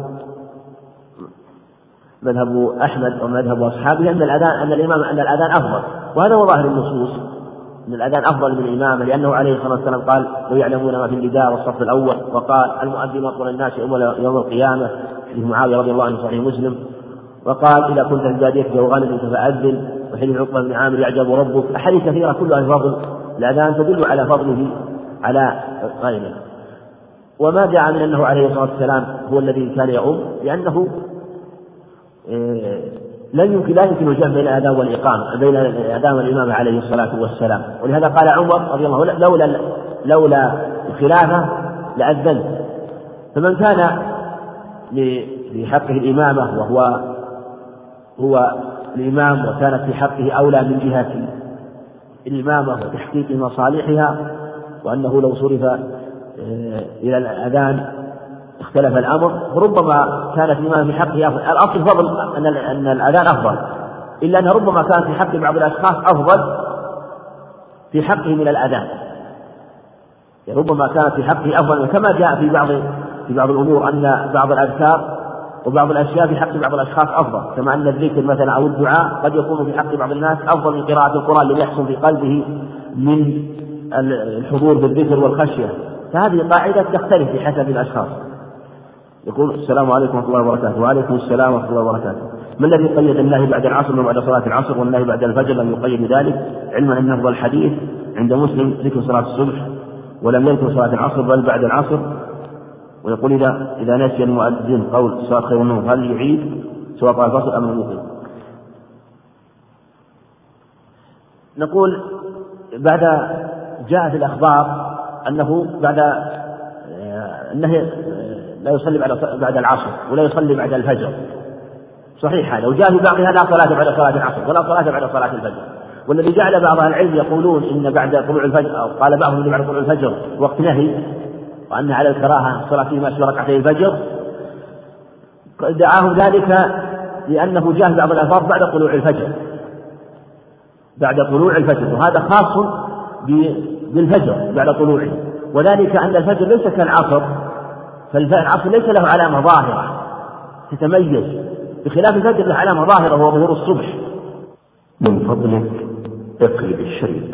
مذهب أحمد ومذهب أصحابه أن الأذان أن الإمام أن الأذان أفضل، وهذا هو ظاهر النصوص أن الأذان أفضل من الإمامة، لأنه عليه الصلاة والسلام قال لو يعلمون ما في النداء والصف الأول، وقال المؤذن أطول الناس يوم القيامة حديث معاوية رضي الله عنه صحيح مسلم، وقال إذا كنت في بادية أو غنم فأذن، وحديث عقبة بن عامر يعجب ربك. أحاديث كثيرة كلها فضل الأذان تدل على فضله على غيره. وما جاء من أنه عليه الصلاة والسلام هو الذي كان يؤم، لأنه لا يمكن لا يمكن الجمع بين الأذان والإقامة بين الأذان والإمامة عليه الصلاة والسلام، ولهذا قال عمر رضي الله عنه لولا لولا الخلافة لأذنت. فمن كان في حقه الإمامة وهو هو الإمام وكانت في حقه أولى من جهة الإمامة وتحقيق مصالحها، وأنه لو صرف إلى الأذان اختلف الأمر، ربما كانت الإمامة في حقه أفضل. الأصل فضل أن أن الأذان أفضل، إلا أنها ربما كانت في حق بعض الأشخاص أفضل في حقه من الأذان، ربما كانت في حقه أفضل، كما جاء في بعض في بعض الأمور أن بعض الأذكار وبعض الأشياء في حق بعض الأشخاص أفضل، كما أن الذكر مثلا أو الدعاء قد يكون في حق بعض الناس أفضل من قراءة القرآن لم يحصل في قلبه من الحضور بالذكر والخشية. فهذه قاعدة تختلف بحسب الأشخاص. يقول السلام عليكم ورحمة الله وبركاته. وعليكم السلام ورحمة الله وبركاته. ما الذي قيد النهي بعد العصر وبعد صلاة العصر والنهي بعد الفجر لم يقيد ذلك، علما أن أفضل الحديث عند مسلم ذكر صلاة الصبح ولم يذكر صلاة العصر بل بعد العصر. ويقول إذا إذا نسي المؤذن قول الصلاة خير منه هل يعيد سواء قال الفصل أم لم يقيم؟ نقول بعد جاء في الأخبار أنه بعد النهي لا يصلي بعد بعد العصر ولا يصلي بعد الفجر، صحيح هذا، وجاء في بعضها لا صلاة بعد صلاة العصر ولا صلاة بعد صلاة الفجر. والذي جعل بعض العلم يقولون إن بعد طلوع الفجر، أو قال بعضهم إن بعد طلوع الفجر وقت نهي وأن على الكراهة الصلاة فيما سوى ركعتي الفجر، دعاهم ذلك لأنه جاء بعض الألفاظ بعد طلوع الفجر بعد طلوع الفجر وهذا خاص بالفجر بعد طلوعه، وذلك أن الفجر ليس كالعصر، فالعصر ليس له علامة ظاهرة تتميز، بخلاف الفجر له علامة ظاهرة وهو ظهور الصبح. من فضلك اقلب الشريط.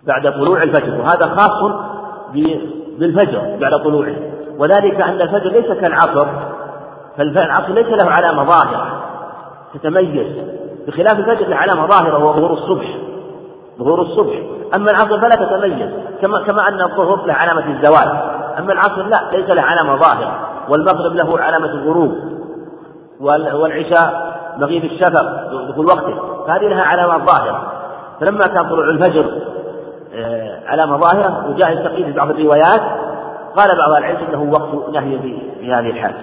بعد طلوع الفجر، وهذا خاص بالفجر بعد طلوعه، وذلك أن الفجر ليس كالعصر، فالعصر ليس له علامة ظاهرة تتميز، بخلاف الفجر له علامة ظاهرة وهو ظهور الصبح ظهور الصبح أما العصر فلا تتميز، كما كما أن الظهر له علامة الزوال، أما العصر لا، ليس له علامة ظاهرة، والمغرب له علامة الغروب، والعشاء مغيب الشفق دخول وقته، فهذه لها علامات ظاهرة. فلما كان طلوع الفجر علامة ظاهرة وجاء التقييد في بعض الروايات، قال بعض العلم انه وقت نهي في هذه الحال.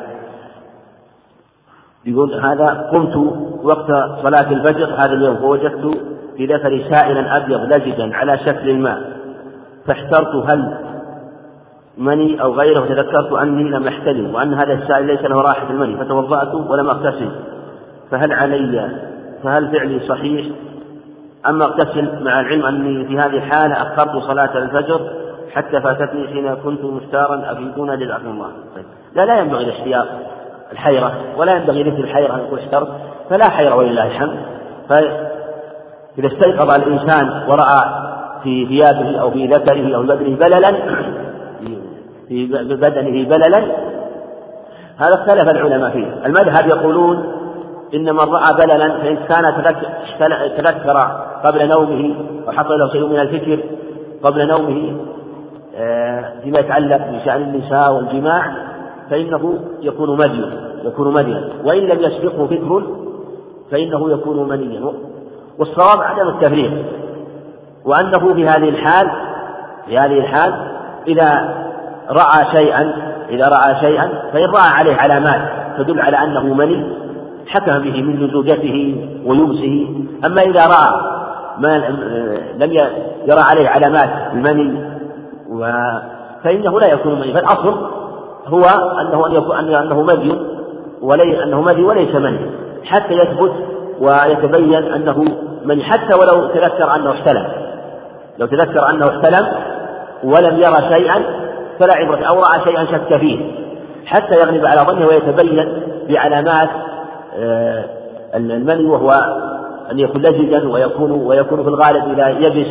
يقول هذا قمت وقت صلاة الفجر هذا اليوم فوجدت في ذكري سائلا أبيض لزجا على شكل الماء، فاحترت هل مني أو غيره، وتذكرت أني لم أحتلم وأن هذا السائل ليس له رائحة المني، فتوضأت ولم أغتسل، فهل علي فهل فعلي صحيح أما أغتسل، مع العلم أني في هذه الحالة أخرت صلاة الفجر حتى فاتتني حين كنت مختارا أفيدون جزاكم الله. لا لا ينبغي الاحتياط الحيرة، ولا ينبغي مثل الحيرة أن يقول احترت، فلا حيرة ولله الحمد. فإذا استيقظ الإنسان ورأى في ثيابه أو في ذكره أو بدنه بللا في بدنه بللا، هذا اختلف العلماء فيه. المذهب يقولون إن من رأى بللا فإن كان تذكر قبل نومه وحصل له شيء من الفكر قبل نومه فيما يتعلق بشأن النساء والجماع فإنه يكون مديا يكون مديا وإن لم يسبقه فكر فإنه يكون منيا. والصواب عدم التفريق، وأنه في هذه الحال في هذه الحال إذا رأى شيئا إذا رأى شيئا فإن رأى عليه علامات تدل على أنه مني حكم به من لزوجته ولبسه. أما إذا رأى ما لم يرى عليه علامات المني فإنه لا يكون مني. فالأصل هو أنه أن يكون أنه مدي وليس أنه مدي وليس مني حتى يثبت ويتبين أنه مني، حتى ولو تذكر أنه احتلم لو تذكر أنه احتلم ولم يرى شيئا فلا عبرة، أو رأى شيئا شك فيه حتى يغلب على ظنه ويتبين بعلامات المني، وهو أن يكون لزجا ويكون ويكون في الغالب إذا يبس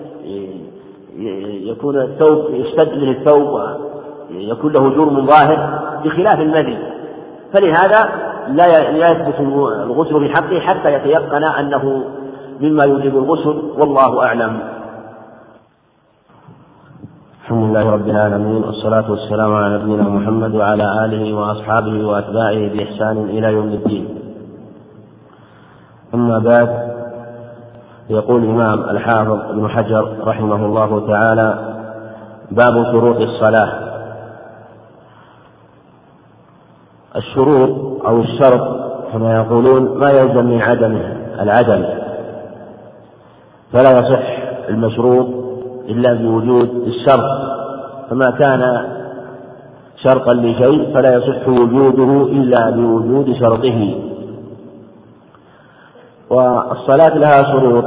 يكون الثوب يشتد من الثوب ويكون له جرم ظاهر بخلاف المني. فلهذا لا يثبت الغسل في حقه حتى يتيقن أنه مما يوجب الغسل، والله أعلم. الحمد لله رب العالمين، والصلاة والسلام على نبينا محمد وعلى آله وأصحابه وأتباعه بإحسان إلى يوم الدين. أما بعد، يقول الإمام الحافظ ابن حجر رحمه الله تعالى: باب شروط الصلاة. الشروط أو الشرط كما يقولون ما يلزم من عدمه العدم، فلا يصح المشروط إلا بوجود الشرط، فما كان شرطا لشيء فلا يصح وجوده إلا بوجود شرطه. والصلاة لها شروط،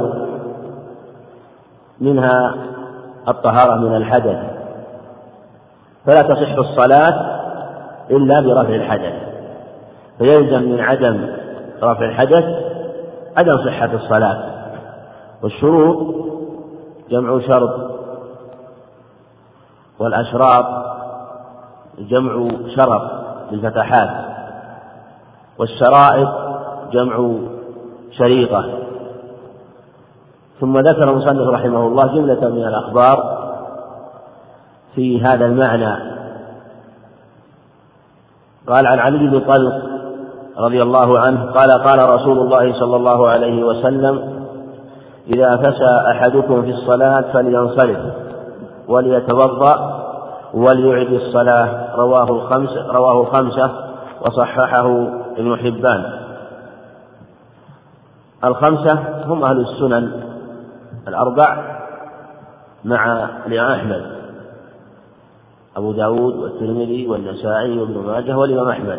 منها الطهارة من الحدث، فلا تصح الصلاة إلا برفع الحدث، فيلزم من عدم رفع الحدث عدم صحة الصلاة. والشروط جمع شرط، والأشراط جمع شرط بالفتحات، والشرائط جمع شريطة. ثم ذكر المصنف رحمه الله جملة من الأخبار في هذا المعنى. قال: عن علي بن طلق رضي الله عنه قال: قال رسول الله صلى الله عليه وسلم: إذا فسى أحدكم في الصلاة فلينصرف وليتوضأ وليعد الصلاة. رواه الخمسة رواه الخمسة وصححه ابن حبان. الخمسة هم أهل السنن الأربع مع الإمام أحمد، أبو داود والترمذي والنسائي وابن ماجه والإمام أحمد.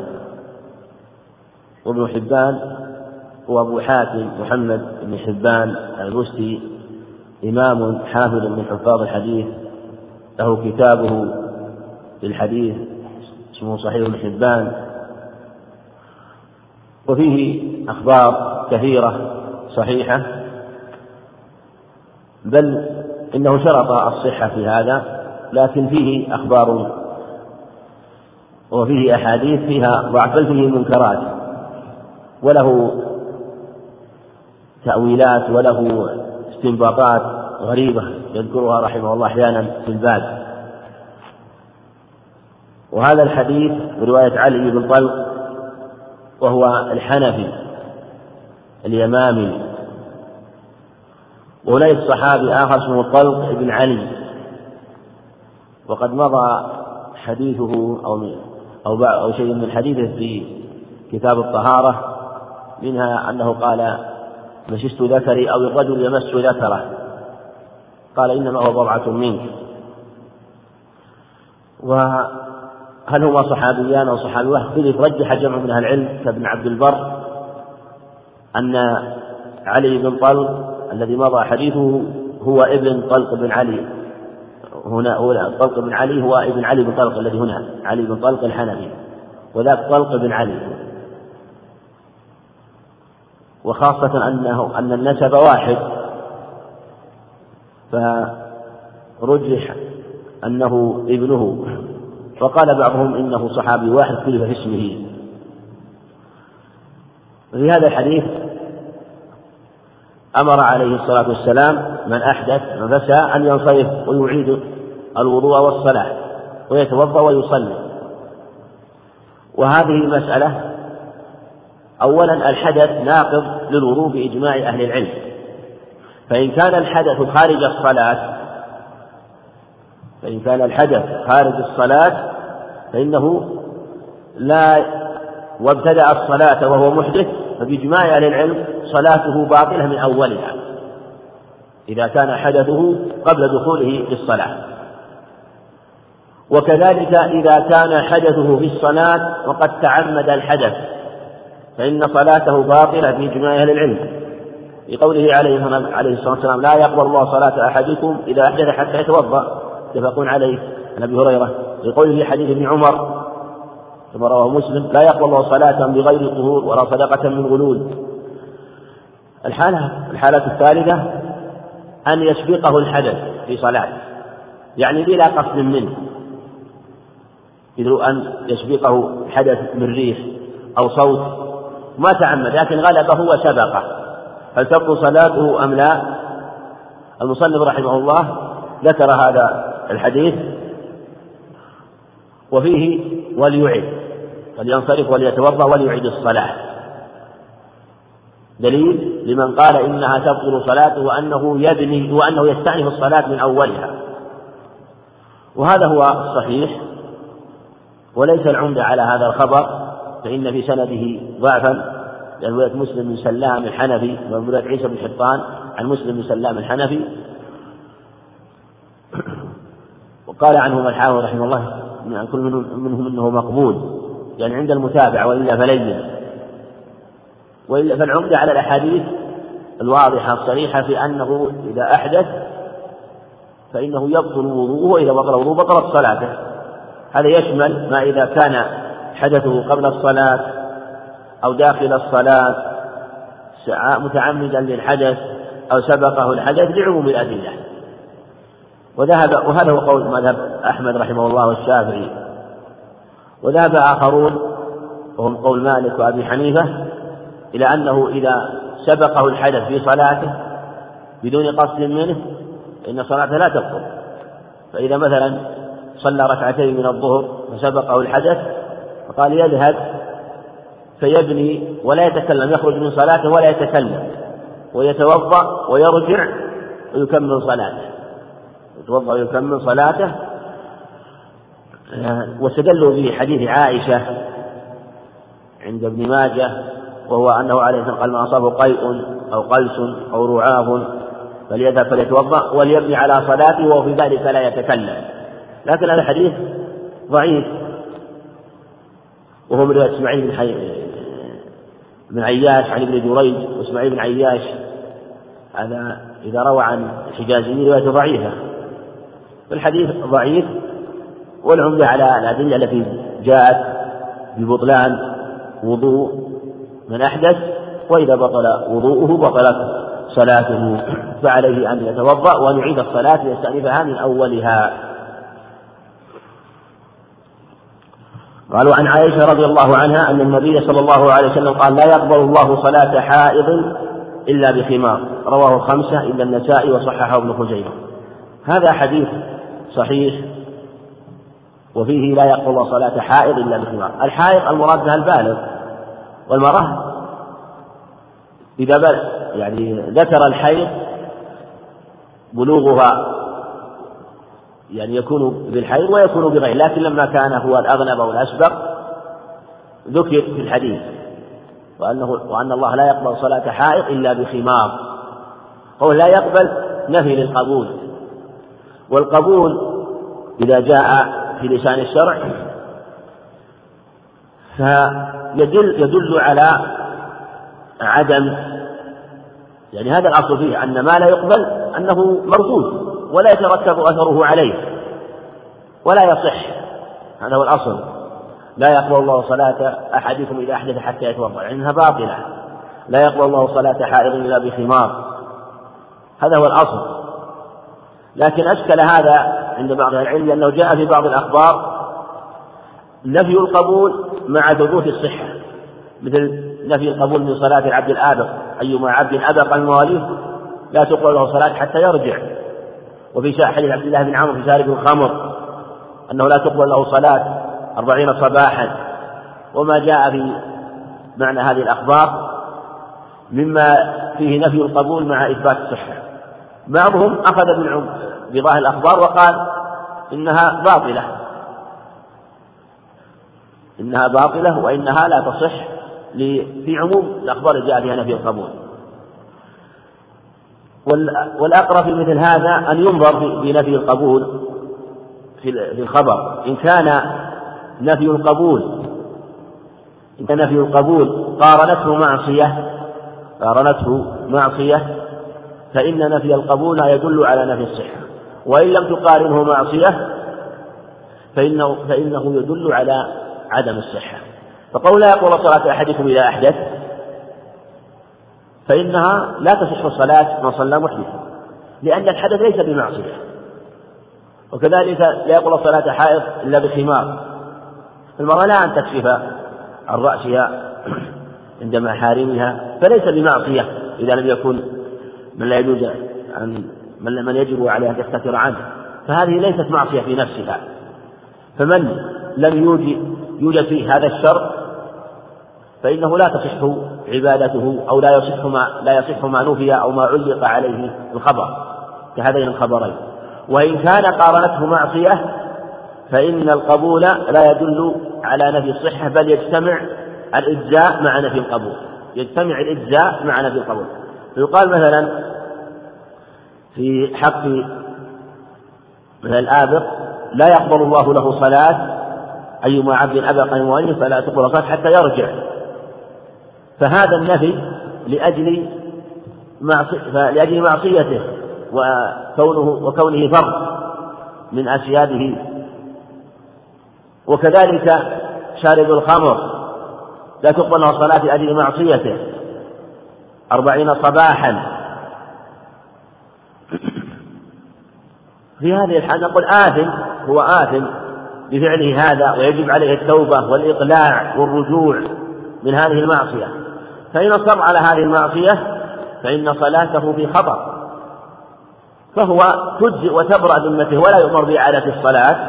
وابن حبان وأبو حاتم محمد بن حبان البستي إمام حافظ من حفاظ الحديث، له كتابه في الحديث اسمه صحيح ابن حبان، وفيه أخبار كثيرة صحيحة، بل إنه شرط الصحة في هذا، لكن فيه أخبار وفيه أحاديث فيها ضعف، بل فيه منكرات، وله تأويلات وله استنباطات غريبة يذكرها رحمه الله أحيانا في الباب. وهذا الحديث برواية علي بن طلق وهو الحنفي اليمامي، وهناك صحابي آخر اسمه طلق بن علي، وقد مضى حديثه أو أو أو شيء من حديثه في كتاب الطهارة، منها أنه قال مسست ذكري أو الرجل يمس ذكره، قال إنما هو بضعة منك. وهل هما صحابيان أو صحابي واحد؟ اختلف، رجح جمع من أهل العلم كابن عبد البر أن علي بن طلق الذي مضى حديثه هو ابن طلق بن علي، هنا هو طلق بن علي هو ابن علي بن طلق الذي هنا علي بن طلق الحنفي، وذاك طلق بن علي، وخاصة أنه أن النسب واحد، فرجح أنه ابنه، وقال بعضهم إنه صحابي واحد اختلف في اسمه. في هذا الحديث أمر عليه الصلاة والسلام من أحدث من فسى أن ينصرف ويعيد الوضوء والصلاة ويتوضأ ويصلي. وهذه مسألة، أولا الحدث ناقض للوضوء بإجماع أهل العلم، فإن كان الحدث خارج الصلاة فإن كان الحدث خارج الصلاة فإنه لا وابتدأ الصلاة وهو محدث، فبإجماع أهل العلم صلاته باطلة من أولها إذا كان حدثه قبل دخوله في الصلاة. وكذلك إذا كان حدثه في الصلاة وقد تعمد الحدث فإن صلاته باطلة بإجماع أهل العلم، لقوله عليه الصلاة والسلام لا يقبل الله صلاة أحدكم إذا أحدث حتى يتوضأ، متفق عليه عن أبي هريرة، لقوله في حديث ابن عمر كما رواه مسلم لا يقبل الله صلاة بغير طهور ولا صدقة من غلول. الحالة الحالة الثالثة أن يسبقه الحدث في صلاة، يعني بلا قصد منه، مثل أن يسبقه حدث من ريح أو صوت ما تعمد لكن غلبه وسبقه، هل تبطل صلاته أم لا؟ المصنف رحمه الله ذكر هذا الحديث وفيه وليعد ولينصرف وليتوضأ وليعيد الصلاة، دليل لمن قال إنها تبطل صلاته وأنه يبني وأنه يستأنف الصلاة من أولها، وهذا هو الصحيح وليس العمدة على هذا الخبر، فإن في سنده ضعفا، لأن رواية مسلم بن سلام الحنفي ورواية عيسى بن حطان عن مسلم بن سلام الحنفي، وقال عنهم الحافظ رحمه الله عن كل منهم انه مقبول، يعني عند المتابعة، وإلا فلين، وإلا فالعمدة على الأحاديث الواضحة الصريحة في أنه إذا أحدث فإنه يبطل وضوءه، وإذا بطل وضوءه بطلت صلاته. هذا يشمل ما إذا كان حدثه قبل الصلاة أو داخل الصلاة متعمدا للحدث أو سبقه الحدث لعموم الأدلة. وذهب وهذا هو قول مذهب أحمد رحمه الله والشافعي، وذهب آخرون وهم قول مالك وأبي حنيفة إلى أنه إذا سبقه الحدث في صلاته بدون قصد منه فإن صلاته لا تبطل. فإذا مثلا صلى ركعتين من الظهر فسبقه الحدث فقال يذهب فيبني ولا يتكلم، يخرج من صلاته ولا يتكلم ويتوضأ ويرجع ويكمل صلاته يتوضأ ويكمل صلاته. واستدلوا به حديث عائشة عند ابن ماجه، وهو أنه عليه الصلاة والسلام قال ما أصابه قيء أو قلس أو رعاف فليذهب فليتوضأ وليبني على صلاته وهو في ذلك لا يتكلم. لكن هذا الحديث ضعيف، وهو من رواية إسماعيل بن, حي... بن عياش عن ابن جريج، وإسماعيل بن عياش هذا إذا روى عن الحجازي رواية ضعيفة، فالحديث ضعيف. والعمدة على الأدلة التي جاءت ببطلان وضوء من أحدث، وإذا بطل وضوءه بطلت صلاته فعليه أن يتوضأ وأن يعيد الصلاة ليستأنفها من أولها. قالوا عن عائشة رضي الله عنها أن النبي صلى الله عليه وسلم قال: لا يقبل الله صلاة حائض إلا بخمار، رواه الخمسة إلا النسائي وصححه ابن خزيمة. هذا حديث صحيح وفيه لا يقبل الله صلاة حائض إلا بخمار. الحائض المراد بها البالغ، والمرأة إذا بلغ يعني ذكر الحيض بلوغها يعني يكون بالحيض ويكون بغير، لكن لما كان هو الأغلب أو الأسبق ذكر في الحديث وأنه وأن الله لا يقبل صلاة حائض إلا بخمار. قول لا يقبل نفي للقبول، والقبول إذا جاء في لسان الشرع فيدل يدل على عدم، يعني هذا الأصل فيه أن ما لا يقبل أنه مردود ولا يترتب أثره عليه ولا يصح. هذا هو الأصل. لا يقبل الله صلاة أحدكم إذا أحدث حتى يتوضأ، إنها باطلة. لا يقبل الله صلاة حائض إلا بخمار، هذا هو الأصل. لكن أشكل هذا عند بعض العلم لأنه جاء في بعض الأخبار نفي القبول مع ثبوت الصحة، مثل نفي القبول من صلاة العبد الآبق، أيما عبد أبق عن مواليه لا تقبل له صلاة حتى يرجع. وفي حديث عبد الله بن عمرو في شارب الخمر أنه لا تقبل له صلاة أربعين صباحا، وما جاء في معنى هذه الأخبار مما فيه نفي القبول مع إثبات الصحة. بعضهم أخذ بظاهر الأخبار وقال إنها باطلة إنها باطلة وإنها لا تصح في عموم الأخبار التي جاء فيها نفي القبول. والأقرب في مثل هذا أن ينظر في نفي القبول في الخبر. إن كان نفي القبول إن كان نفي القبول قارنته معصية قارنته معصية فإن نفي القبول يدل على نفي الصحة، وإن لم تقارنه معصية فإنه, فإنه يدل على عدم الصحة. فقول لا يقبل صلاة أحدكم إذا أحدث فإنها لا تصح الصلاة من صلى محدثا، لأن الحدث ليس بمعصية. وكذلك لا يقبل صلاة حائض إلا بخمار. المرأة لا أن تكشف عن رأسها عند محارمها فليس بمعصية إذا لم يكن من لا يجوز عن من يجب عليها أن تستتر عنه، فهذه ليست معصية في نفسها. فمن لم يوجد يوجد فيه هذا الشر فإنه لا تصح عبادته أو لا يصح ما لا يصح ما نفي أو ما علق عليه الخبر كهذين الخبرين. وإن كان قارنته معصية فإن القبول لا يدل على نفي الصحة، بل يجتمع الإجزاء مع نفي القبول يجتمع الإجزاء مع نفي القبول. فيقال مثلا في حق مثل الآبق لا يقبل الله له صلاة أيما عبد أبق عن مواليه فلا تقبل صلاة حتى يرجع، فهذا النفي لأجل لأجل معصيته وكونه وكونه فرد من أسياده. وكذلك شارب الخمر لا تقبل له صلاة لأجل معصيته أربعين صباحا. في هذه الحالة نقول آثم هو آثم بفعله هذا، ويجب عليه التوبة والإقلاع والرجوع من هذه المعصية. فإن صر على هذه المعصية فإن صلاته في خطر، فهو تجزئ وتبرأ ذمته ولا يؤمر بإعادة الصلاة،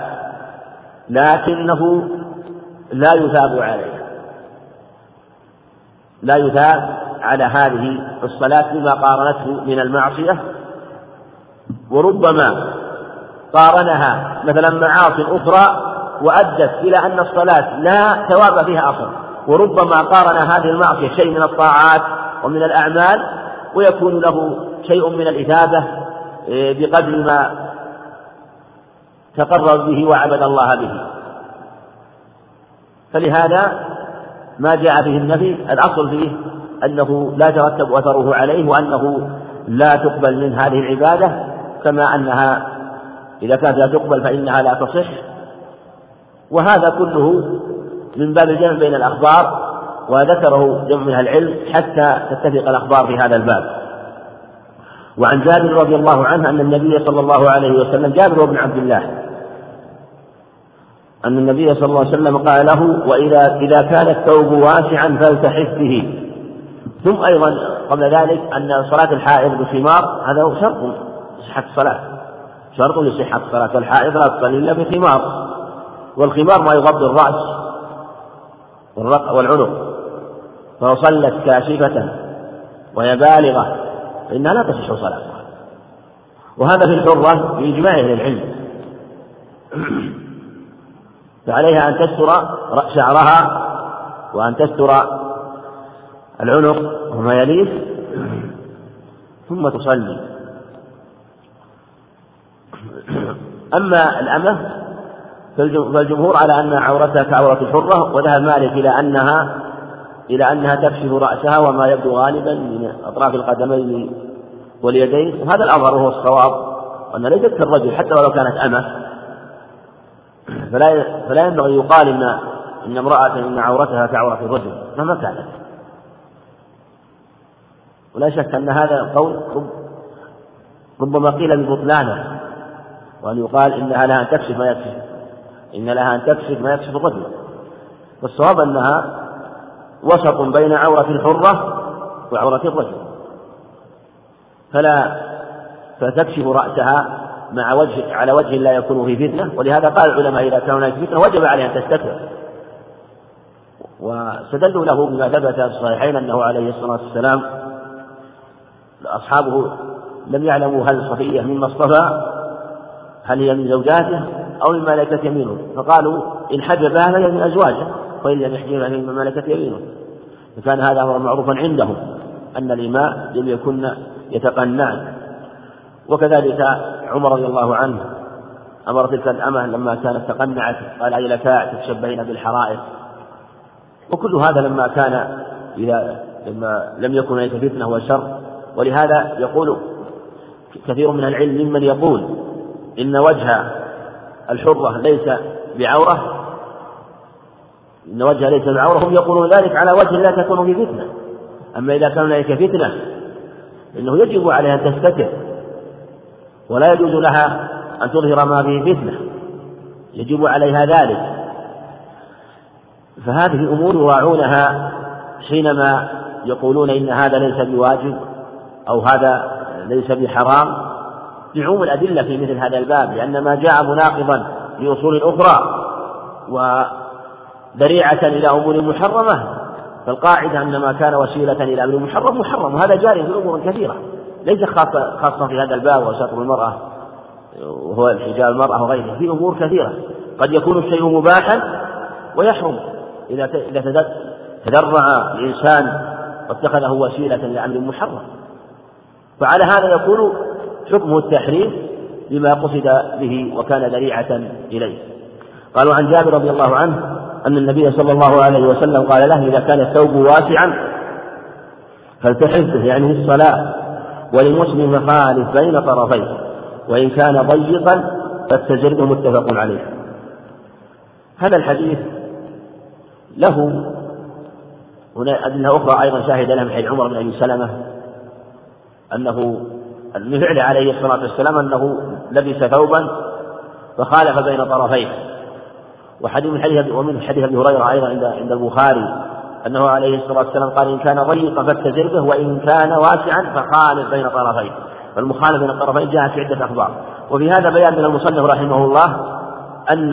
لكنه لا يثاب عليه لا يثاب على هذه الصلاة بما قارنته من المعصية. وربما قارنها مثلا معاصي أخرى وأدت إلى أن الصلاة لا ثواب فيها أصلا، وربما قارن هذه المعصية شيء من الطاعات ومن الأعمال ويكون له شيء من الإثابة بقدر ما تقرب به وعبد الله به. فلهذا ما جاء فيه النفي الأصل فيه أنه لا يترتب أثره عليه، وأنه لا تقبل من هذه العبادة، كما أنها إذا كانت لا تقبل فإنها لا تصح. وهذا كله من باب الجمع بين الأخبار، وذكره جمع من العلم حتى تتفق الأخبار في هذا الباب. وعن جابر رضي الله عنه أن النبي صلى الله عليه وسلم، جابر بن عبد الله، أن النبي صلى الله عليه وسلم قال له: وإذا إذا كان الثوب واسعا فالتحف به. ثم أيضا قبل ذلك أن صلاة الحائض بخمار هذا شرط لصحة الصلاة، شرط لصحة الصلاة، والحائض لا تصلي إلا بخمار، والخمار ما يغطي الرأس والعنق، فلو صلت كاشفة وهي بالغة فإنها لا تصح صلاتها. وهذا في الحرة بإجماع أهل العلم، فعليها أن تستر شعرها وأن تستر العنق وما يليه ثم تصلي. أما الأمة فالجمهور على أن عورتها كعورة الحرة، وذهب مالك إلى أنها إلى أنها تكشف رأسها وما يبدو غالبا من أطراف القدمين واليدين، وهذا الأظهر وهو الصواب، وأن ليست كالرجل حتى ولو كانت أمة، فلا فلا ينبغي يقال إن إن امرأة إن عورتها كعورة الرجل مهما كانت. ولا شك أن هذا القول ربما قيل ببطلانه، وأن يقال إنها لها أن تكشف ما يكشف إن لها أن تكشف ما يكشف الرجل، والصواب أنها وسط بين عورة الحرة وعورة الرجل، فلا فتكشف رأسها مع وجه على وجه لا يكون فيه فتنة. ولهذا قال العلماء: إذا كان هناك فتنة وجب عليها أن تستتر. واستدلوا له بما ثبت في الصحيحين أنه عليه الصلاة والسلام أصحابه لم يعلموا هل صفية مما اصطفى، هل هي من زوجاته أو من ملكة يمينه، فقالوا إن حجبها فهي من أزواجه، وإن لم يحجبها من ملكة يمينه. فكان هذا أمر معروفا عندهم أن الإماء لم يكن يتقنعن. وكذلك عمر رضي الله عنه أمر تلك الأمة لما كانت تقنعت قال: أي لكاء تتشبهين بالحرائر. وكل هذا لما كان إذا لما لم يكن هناك فتنة وشر. ولهذا يقول كثير من العلم ممن يقول إن وجه الحرة ليس بعورة إن وجهها ليس بعورة، هم يقولون ذلك على وجه لا تكون في فتنة. أما إذا كان هناك فتنة إنه يجب عليها أن تستتر، ولا يجوز لها أن تظهر ما فيه فتنة، يجب عليها ذلك. فهذه أمور يراعونها حينما يقولون إن هذا ليس بواجب أو هذا ليس بحرام، بعموم الأدلة في مثل هذا الباب، لأن ما جاء مناقضا لأصول أخرى وذريعة إلى أمور محرمة، فالقاعدة أن ما كان وسيلة إلى أمر محرم محرم، وهذا جاري في أمور كثيرة ليس خاصة, خاصة في هذا الباب وستر المرأة وهو الحجاب المرأة وغيره، في أمور كثيرة قد يكون الشيء مباحا ويحرم إذا تدرع الإنسان واتخذه وسيلة لأمر محرم، فعلى هذا يكون حكمه التحريم لما قصد به وكان ذريعة إليه. قالوا عن جابر رضي الله عنه أن النبي صلى الله عليه وسلم قال له: إذا كان الثوب واسعا فالتحفه، يعني الصلاة، وللمسلم فخالف بين طرفيه، وإن كان ضيقا فاتزره، متفق عليه. هذا الحديث له هنا أدلة أخرى أيضا شاهد لها من حديث عمر بن أبي سلمة أنه من فعله عليه الصلاة والسلام أنه لبس ثوبا فخالف بين طرفيه، وحديث من حديث ومن حديث أبي هريرة أيضا عند عند البخاري أنه عليه الصلاة والسلام قال: إن كان ضيقا فاتزر به، وإن كان واسعا فخالف بين طرفيه. فالمخالف بين الطرفين جاء في عدة أخبار. وفي هذا بيان من المصنف رحمه الله أن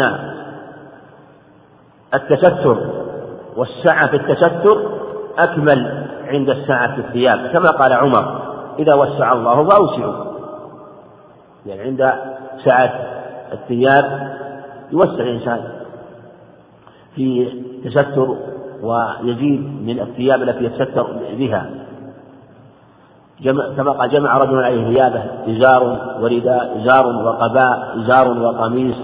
التستر والسعة في التستر أكمل عند السعة في الثياب، كما قال عمر: إذا وسع الله فأوسعوا، يعني عند سعة الثياب يوسع الإنسان في تستر ويزيد من الثياب التي يتستر بها، كما قال: جمع رجل عليه ثيابه إزار ورداء، إزار وقباء، إزار وقميص،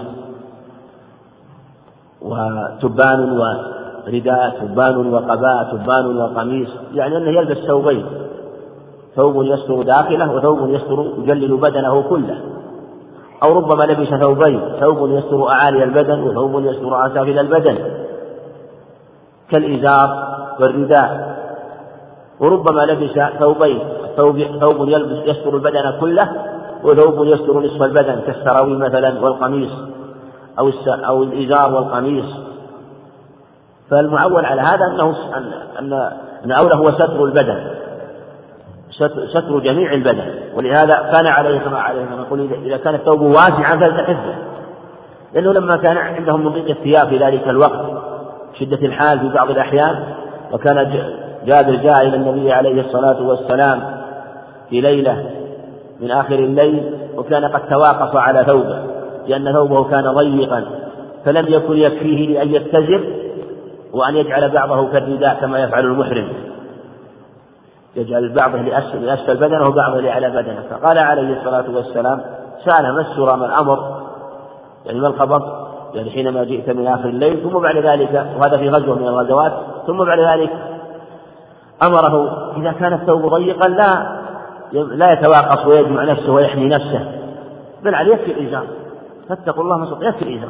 وتبان ورداء، تبان وقباء، تبان وقميص، يعني أنه يلبس ثوبين، ثوب يستر داخله وثوب يستر يجلل بدنه كله، أو ربما لبس ثوبين، ثوب يستر أعالي البدن وثوب يستر أسافل البدن كالإزار والرداء. وربما لبس ثوبين، ثوب يلبس يستر البدن كله وثوب يستر نصف البدن كالسراويل مثلا والقميص أو أو الإزار والقميص. فالمعول على هذا أنه أن أن أوله هو ستر البدن، ستر جميع البدن. ولهذا كان عليه كما عليه كما نقول إذا كان الثوب واسعا فلتحفه، لأنه لما كان عندهم من ضيق الثياب في ذلك الوقت شدة الحال في بعض الأحيان، وكان جابر جاء إلى النبي عليه الصلاة والسلام في ليلة من آخر الليل وكان قد تواقف على ثوبه لأن ثوبه كان ضيقا، فلم يكن يكفيه لأن يتزر وأن يجعل بعضه كالرداء كما يفعل المحرم، يجعل بعضه لأسفل, لأسفل بدنه وبعضه لأعلى بدنه. فقال عليه الصلاة والسلام سأل ما السرى ما الأمر، يعني ما الخبر، يعني حينما جئت من آخر الليل. ثم بعد ذلك، وهذا في غزوة من الغزوات، ثم بعد ذلك أمره إذا كان الثوب ضيقا لا لا يتواقص ويجمع نفسه ويحمي نفسه، بل عليه يكفي الإزار، فاتقوا الله ما استطعتم، يكفي الإزار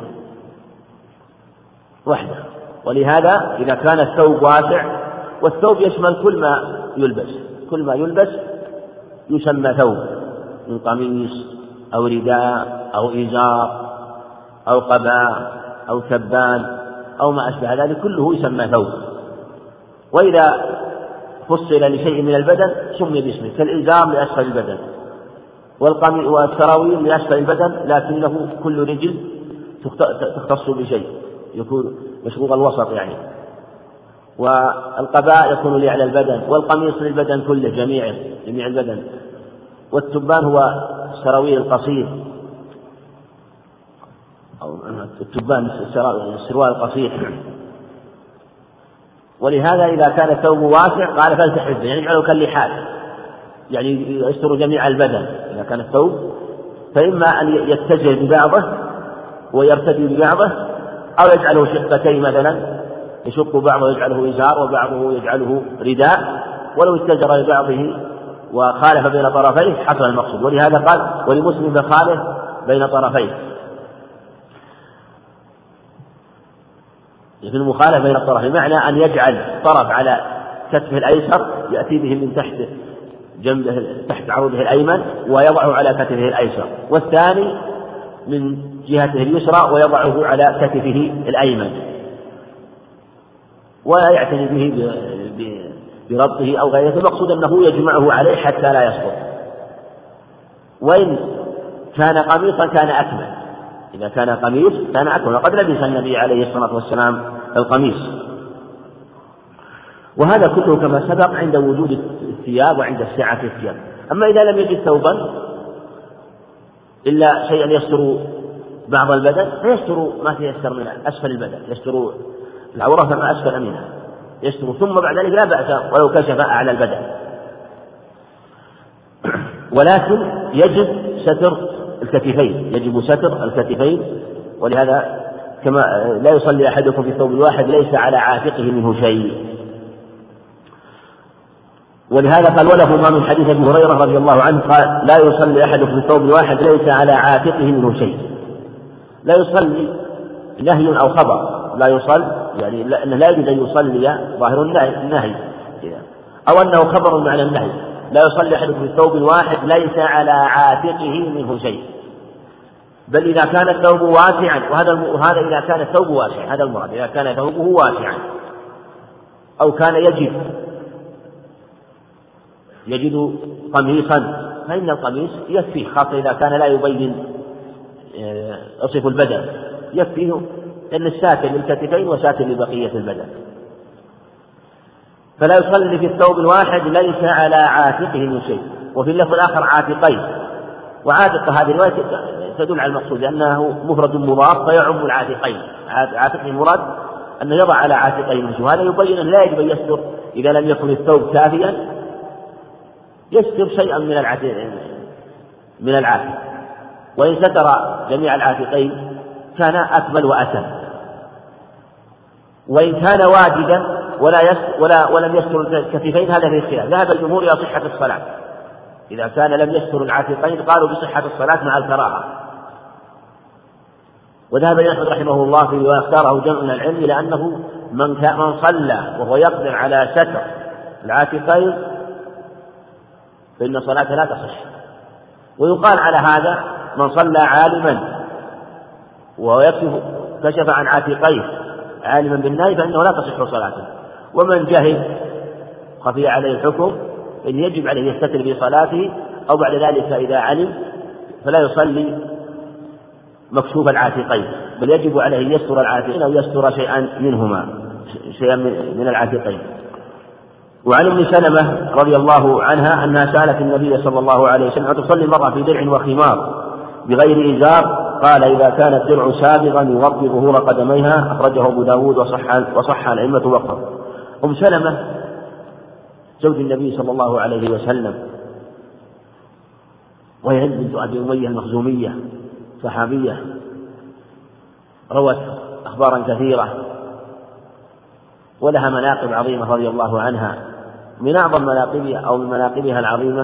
وحده. ولهذا إذا كان الثوب واسع، والثوب يشمل كل ما يلبس، كل ما يلبس يسمى ثوب، من قميص أو رداء أو إزار أو قباء أو كبان أو ما أشبه ذلك كله يسمى ثوب. وإذا فصل لشيء من البدن سمي باسمه، كالإزار لأسفل البدن والقميص والسراويل لأسفل البدن، لكنه كل رجل تختص بشيء يكون مشغوغ الوسط يعني. والقباء يكون لأعلى البدن، والقميص للبدن كله جميعه جميع البدن، والتبان هو السراويل القصير أو التبان السروال القصير. ولهذا إذا كان الثوب واسع قال فلتحفه، يعني يجعله كاللحاف، يعني يستر جميع البدن. إذا كان الثوب فإما أن يتجه ببعضه ويرتدي ببعضه، أو يجعله شقتين مثلا، يشق بعضه يجعله إزار وبعضه يجعله رداء، ولو اتجر ببعضه وخالف بين طرفيه حصل المقصود. ولهذا قال ولمسلم فخالف بين طرفيه، في المخالفة بين الطرفين معنى أن يجعل طرف على كتفه الأيسر يأتي به من تحت جنبه تحت عروضه الأيمن ويضعه على كتفه الأيسر، والثاني من جهته اليسرى ويضعه على كتفه الأيمن، ولا يعتني به بربطه أو غيره. المقصود أنه يجمعه عليه حتى لا يسقط. وإن كان قميصا كان أكمل، إذا كان قميص كان أكمل، وقد لبس النبي عليه الصلاة والسلام القميص. وهذا كله كما سبق عند وجود الثياب وعند السعة الثياب. أما إذا لم يجد ثوبا إلا شيئا يستر بعض البدن فيستر ما تيسر من أسفل البدن، يستر العورة فما أسفل منها يستر، ثم بعد ذلك لا بأس ولو كشف أعلى البدن. ولكن يجب ستر الكتفين، يجب ستر الكتفين. ولهذا كما لا يصلي أحدكم في الثوب الواحد ليس على عاتقه منه شيء. ولهذا قال وله ما من حديث ابي هريرة رضي الله عنه قال لا يصلي أحدكم في الثوب الواحد ليس على عاتقه منه شيء. لا يصلي نهي أو خبر، لا يصل يعني أنه لا يجوز أن يصلي ظاهر النهي، أو أنه خبر معنى النهي. لا يصلي أحدكم في الثوب الواحد ليس على عاتقه منه شيء، بل إذا كان الثوب واسعا، وهذا وهذا إذا كان الثوب واسعا، هذا المراد، إذا كان ثوبه واسعا أو كان يجد يجد قميصا فإن القميص يكفيه، خاصة إذا كان لا يبين أصف البدن يكفيه، لأن الساتر للكتفين وساتر لبقية البدن. فلا يصلي في الثوب الواحد ليس على عاتقه من شيء. وفي اللفظ الآخر عاتقين، وعاتق هذه الرواية تدل على المقصود لأنه مفرد مضاف فيعم العاتقين. عاتق المراد أنه يضع على عاتقين من شيء، وهذا يبين أن لا يجب أن يستر إذا لم يكن الثوب كافيا، يستر شيئا من العاتق من العاتق وإن ستر جميع العاتقين كان أكمل وأتم. وإن كان واجدا ولا يستر ولا ولم يستر الكتفين هذا في خلاف. ذهب الجمهور إلى صحة الصلاة، إذا كان لم يستر العاتقين قالوا بصحة الصلاة مع الكراهة. وذهب الإمام أحمد رحمه الله في واختاره جمع من العلم إلى أنه من من صلى وهو يقدر على ستر العاتقين فإن صلاته لا تصح. ويقال على هذا من صلى عالما ويكشف كشف عن عاتقيه عالما بالنهي فإنه لا تصح صلاته. ومن جهل خفي عليه الحكم إن يجب عليه يستتر في صلاته، أو بعد ذلك إذا علم فلا يصلي مكشوف العاتقين، بل يجب عليه أن يستر العاتقين أو يستر شيئا منهما شيئا من العاتقين. وعن ام سلمة رضي الله عنها أنها سألت النبي صلى الله عليه وسلم أن تصلي المرأة في درع وخمار بغير إزار، قال إذا كان الدرع سابغا يغطي ظهور قدميها، أخرجه أبو داود وصح وصح الأئمة وقف. أم سلمة زوج النبي صلى الله عليه وسلم، وهي بنت أبي أمية المخزومية صحابية روت أخبارا كثيرة ولها مناقب عظيمة رضي الله عنها. من أعظم مناقبها أو من مناقبها العظيمة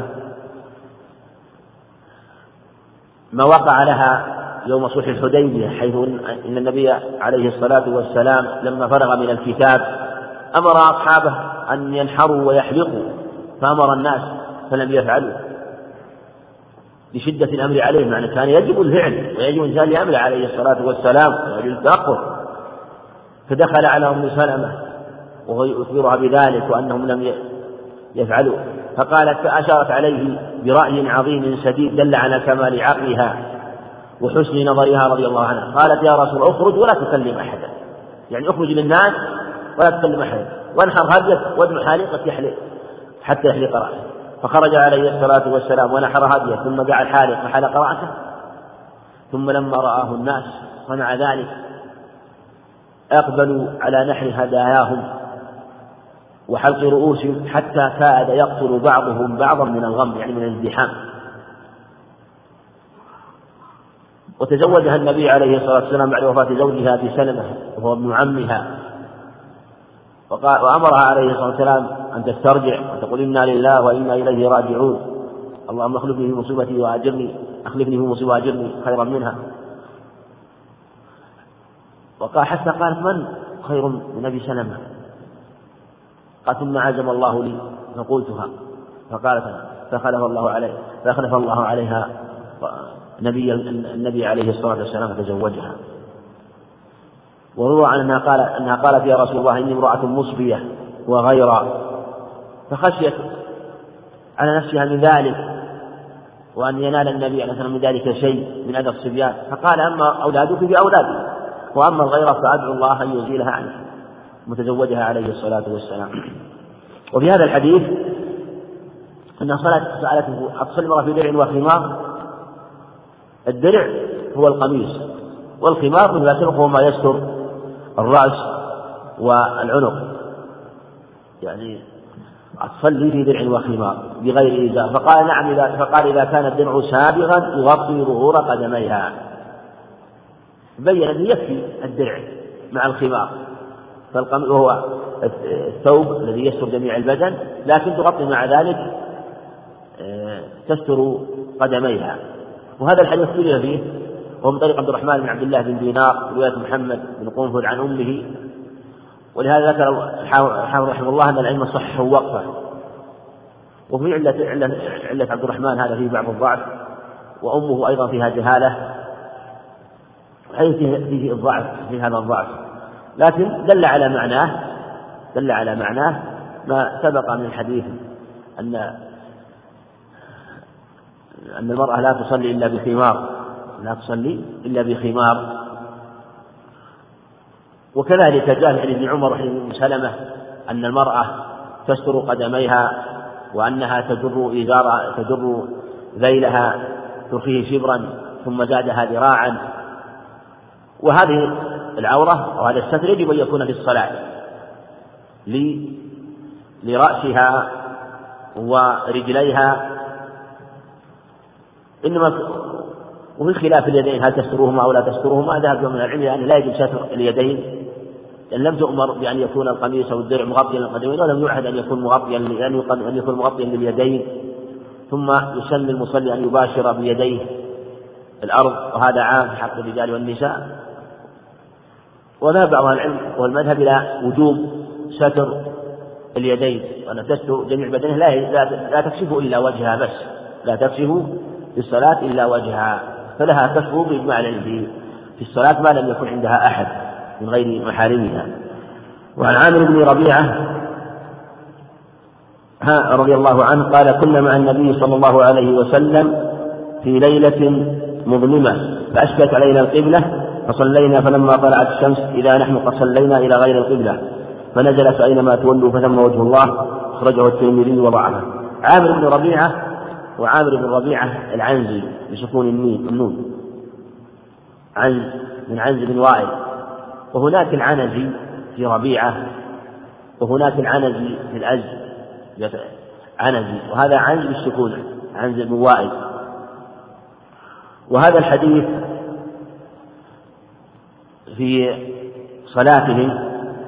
ما وقع لها يوم صلح الحديبية، حيث إن النبي عليه الصلاة والسلام لما فرغ من الكتاب أمر أصحابه أن ينحروا ويحلقوا، فأمر الناس فلم يفعلوا لشدة الأمر عليهم، يعني كان يجب الفعل ويجب إنزال الأمر عليه الصلاة والسلام ويجب التأخر. فدخل على أم سلمة وهو يخبرها بذلك وأنهم لم يفعلوا، فقالت فأشارت عليه برأي عظيم سديد دل على كمال عقلها وحسن نظرها رضي الله عنها. قالت يا رسول اخرج ولا تكلم أحدا، يعني اخرج للناس ولا تكلم أحدا، وانحر هديك وادع حالقك يحلق حتى يحلق رأسه. فخرج عليه الصلاة والسلام ونحر هديه ثم دعا الحالق فحلق رأسه، ثم لما رآه الناس صنع ذلك أقبلوا على نحر هداياهم وحلق رؤوسهم حتى كاد يقتل بعضهم بعضا من الغم، يعني من الازدحام. وتزوجها النبي عليه الصلاة والسلام بعد وفاة زوجها أبي سلمة وهو ابن عمها، وأمرها عليه الصلاة والسلام أن تسترجع وتقول إنا لله وإنا إليه راجعون، اللهم اخلفني في مصيبتي وأجرني أخلفني في مصيبتي وأجرني خيرا منها. وقال حتى قالت من خير من أبي سلمة؟ قالت ثم عزم الله لي فقلتها، فقالت فخلف الله عليه فخلف الله عليها نبي النبي عليه الصلاة والسلام فتزوجها. وروى عنها قال أنها قالت يا رسول الله إني امرأة مصبية وغيرا، فخشيت على نفسها من ذلك وأن ينال النبي عليه الصلاة والسلام من ذلك شيء من أذى الصبيان، فقال أما أولادك بأولادي وأما الغيرة فأدعو الله أن يزيلها عنه، متزوجها عليه الصلاة والسلام. وفي هذا الحديث أن صلاة سألته أتصلي المرأة في درع وخمار. الدرع هو القميص، والخمار من يتركه ما يستر الرأس والعنق، يعني أتصلي في درع وخمار بغير إزار. فقال نعم إذا فقال إذا كان الدرع سابغا يغطي ظهور قدميها، بين أن يكفي الدرع مع الخمار، وهو الثوب الذي يستر جميع البدن، لكن تغطي مع ذلك تستر قدميها. وهذا الحديث اختلف فيه، وهو من طريق عبد الرحمن بن عبد الله بن دينار رواية محمد بن قنفذ عن أمه. ولهذا ذكر الحافظ رحمه الله أن الأئمة صححوا وقفه. وفي علة, علة, علة عبد الرحمن هذا فيه بعض الضعف، وأمه أيضا فيها جهالة، وحيث فيه الضعف في هذا الضعف، لكن دل على معناه دل على معناه ما سبق من الحديث أن أن المرأة لا تصلي إلا بخمار لا تصلي إلا بخمار. وكذلك جاء عن ابن عمر رحمه الله سلمة أن المرأة تستر قدميها وأنها تجر إزار تجر ذيلها ترخيه شبرا ثم زادها ذراعا. وهذه العورة وهذا الستر يجب أن يكون في الصلاة لرأسها ورجليها، إنما وفي خلاف اليدين هل تسترهما أو لا تسترهما. ذهب من العلم أن لا يجب ستر اليدين، لأن لم تؤمر بأن يكون القميص أو الدرع مغطيا للقدمين، ولم يعهد أن يكون مغطيا أن يكون مغطيا لليدين. ثم يسن المصلي أن يباشر بيديه الأرض، وهذا عام في حق الرجال والنساء. وذهب بعض العلم والمذهب إلى وجوب ستر اليدين ونفست جميع بدنه لا لا تكشف إلا وجهها بس، لا تكشف في الصلاة إلا وجهها، فلها كشف بإجماع العلم في الصلاة ما لم يكن عندها أحد من غير محارمها. وعن عامر بن ربيعة رضي الله عنه قال: كنا مع النبي صلى الله عليه وسلم في ليلة مظلمة فأشكلت علينا القبلة فصلينا، فلما طلعت الشمس إذا نحن قد صلينا إلى غير القبلة، فنزل فأينما تولوا فثم وجه الله، أخرجه الترمذي وضعفه. عامر بن ربيعة وعامر بن ربيعة العنزي بسكون النون، عنز من عنز بن وائل، وهناك العنزي في ربيعة وهناك العنزي في الأز عنزي، وهذا عنز بالسكون عنز بن وائل. وهذا الحديث في صلاتهم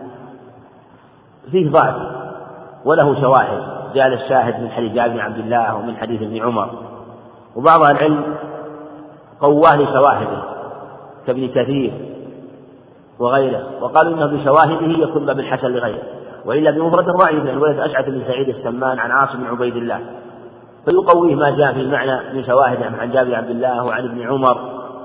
فيه ضعف وله شواهد، جاء الشاهد من حديث جابر بن عبد الله ومن حديث ابن عمر، وبعض العلم قواه لشواهده كابن كثير وغيره، وقالوا انه بشواهده يكون باب الحسن لغيره، والا بمفرد ضعيف عن ولد اشعث بن سعيد السمان عن عاصم بن عبيد الله، فيقويه ما جاء في المعنى من شواهد عن جابر بن عبد الله وعن ابن عمر.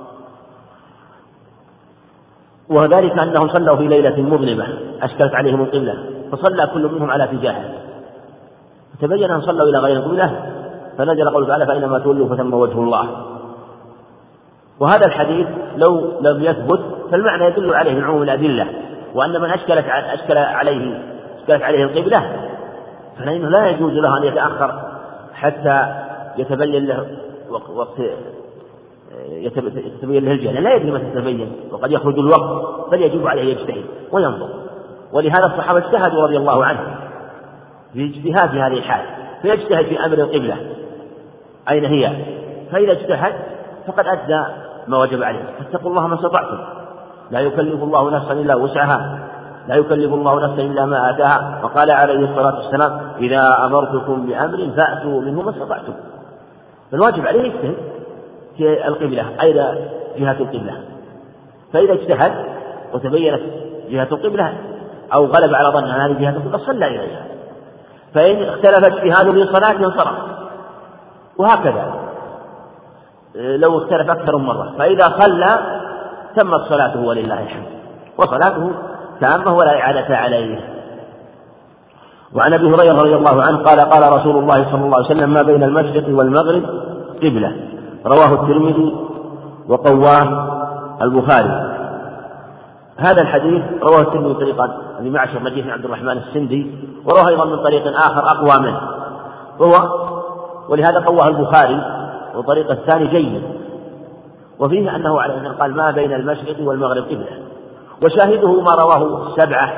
وذلك أنهم صلوا في ليلة مظلمة أشكلت عليهم القبلة، فصلى كل منهم على اتجاهه، فتبين أن صلوا إلى غير القبلة، فنزل قوله تعالى: فإنما تولوا فثم وجه الله. وهذا الحديث لو لم يثبت فالمعنى يدل عليه من عموم الأدلة، وأن من أشكلت أشكل عليه أشكلت عليه القبلة فإنه لا يجوز له أن يتأخر حتى يتبين له وقت يتبين له الجهل، لا يدري متى تتبين وقد يخرج الوقت، فليجب عليه يجتهد وينظر. ولهذا الصحابة اجتهدوا رضي الله عنهم في اجتهاد في هذه الحال، فيجتهد في أمر القبلة أين هي، فإذا اجتهد فقد أدى ما وجب عليه. فاتقوا الله ما استطعتم، لا يكلف الله نفسا إلا وسعها، لا يكلف الله نفسا إلا ما آتاها. وقال عليه الصلاة والسلام: إذا أمرتكم بأمر فأتوا منه ما استطعتم. فالواجب عليه يجتهد في القبلة أين جهة القبلة، فإذا اجتهد وتبينت جهة القبلة أو غلب على ظن هذه جهة القبلة صلى إليها، فإن اختلف اجتهاده في صلاة انصرف، وهكذا لو اختلف أكثر من مرة، فإذا صلى تمت صلاته ولله الحمد، وصلاته تامة ولا إعادة عليه. وعن أبي هريرة رضي الله عنه قال: قال رسول الله صلى الله عليه وسلم: ما بين المشرق والمغرب قبلة، رواه الترمذي وقواه البخاري. هذا الحديث رواه الترمذي طريقا ابن معشر مجيد بن عبد الرحمن السندي، ورواه أيضا من طريق آخر أقوى منه، وهو ولهذا قواه البخاري، وطريق الثاني جيد، وفيه أنه عليه أن قال: ما بين المشرق والمغرب قبلة. وشاهده ما رواه السبعة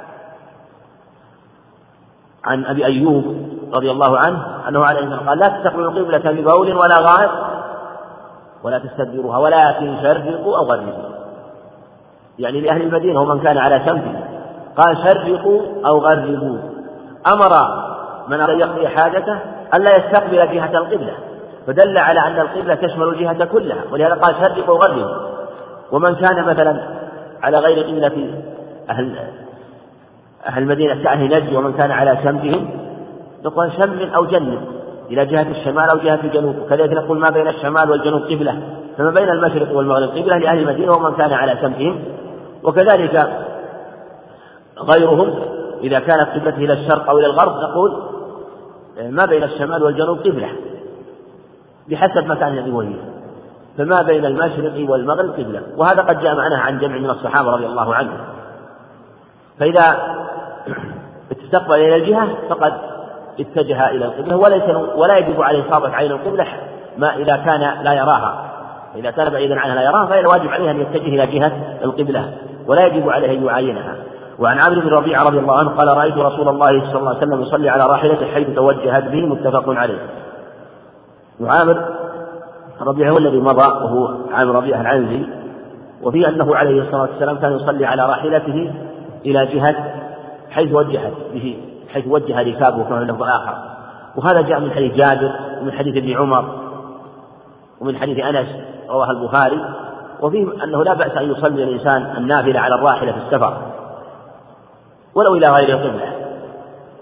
عن أبي أيوب رضي الله عنه أنه عليه أن قال: لا تستقبلوا القبلة ببول ولا غائط ولا تستدبروها ولكن شرقوا أو غربوا، يعني لأهل المدينة ومن كان على سمته، قال: شرقوا أو غربوا. أمر من أراد يقضي حاجته ألا يستقبل جهة القبلة، فدل على أن القبلة تشمل الجهة كلها، ولهذا قال: شرقوا أو غربوا. ومن كان مثلا على غير قبلة أهل أهل المدينة كأهل نجد ومن كان على سمتهم نقول شمل أو جنب إلى جهة الشمال أو جهة الجنوب، وكذلك نقول ما بين الشمال والجنوب قبلة، فما بين المشرق والمغرب قبلة لأهل المدينة ومن كان على سمتهم. وكذلك غيرهم إذا كانت قبلته إلى الشرق أو إلى الغرب نقول ما بين الشمال والجنوب قبلة بحسب مكان الذي هو فيه، فما بين المشرق والمغرب قبلة. وهذا قد جاء معناه عن جمع من الصحابة رضي الله عنهم. فإذا استقبل إلى الجهة فقد اتجه إلى القبلة، ولا يجب عليه إصابة عين القبلة ما إذا كان لا يراها، إذا كان بعيدا عنها لا يراها فإن الواجب عليه أن يتجه إلى جهة القبلة ولا يجب عليه أن يعاينها. وعن عامر بن ربيعة رضي الله عنه قال: رأيت رسول الله صلى الله عليه وسلم يصلي على راحلته حيث توجهت به، متفق عليه. وعامر ربيعة هو الذي مضى وهو عامر ربيعة العنزي، وفيه أنه عليه الصلاة والسلام كان يصلي على راحلته إلى جهة حيث وجهت به، حيث وجه ركابه كما في لفظ آخر. وهذا جاء من حديث جابر ومن حديث ابن عمر ومن حديث أنس رواه البخاري. وفيه أنه لا بأس أن يصلي الإنسان النافلة على الراحلة في السفر ولو إلى غير القبلة،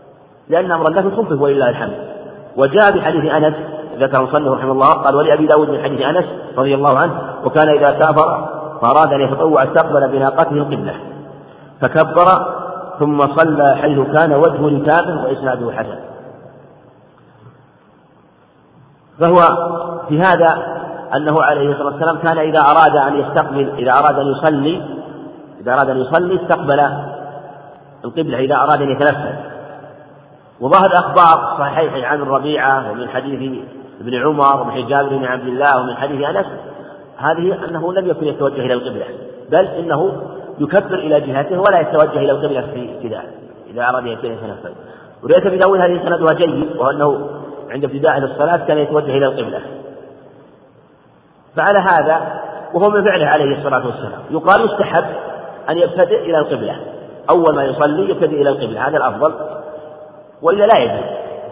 لأن أمر الله خفف ولله الحمد. وجاء بحديث أنس ذكر مصنف رحمه الله قال: ولأبي داود من حديث أنس رضي الله عنه: وكان إذا سافر فأراد أن يتطوع استقبل بناقته القبلة فكبر ثم صلى حيث كان وجه ركابه وإسناده حسن. فهو في هذا أنه عليه الصلاة والسلام كان إذا أراد أن يستقبل إذا أراد أن يصلي إذا أراد أن يصلي استقبل القبلة إذا أراد أن يتنفل. وظهر أخبار صحيح عن الربيعة ومن حديث ابن عمر ومن حديث جابر بن عبد الله ومن حديث أنس هذه أنه لم يكن يتوجه إلى القبلة، بل إنه يكبر إلى جهته ولا يتوجه إلى القبلة في ابتداء إذا أراد أن يتنفل. ورواية أبي داود هذه سندها جيد، وأنه عند ابتداء الصلاة كان يتوجه إلى القبلة. فعلى هذا وهو من فعله عليه الصلاة والسلام يقال يستحب أن يبتدئ إلى القبلة، أول ما يصلي يبتدئ إلى القبلة، هذا الأفضل، وإلا لا يجب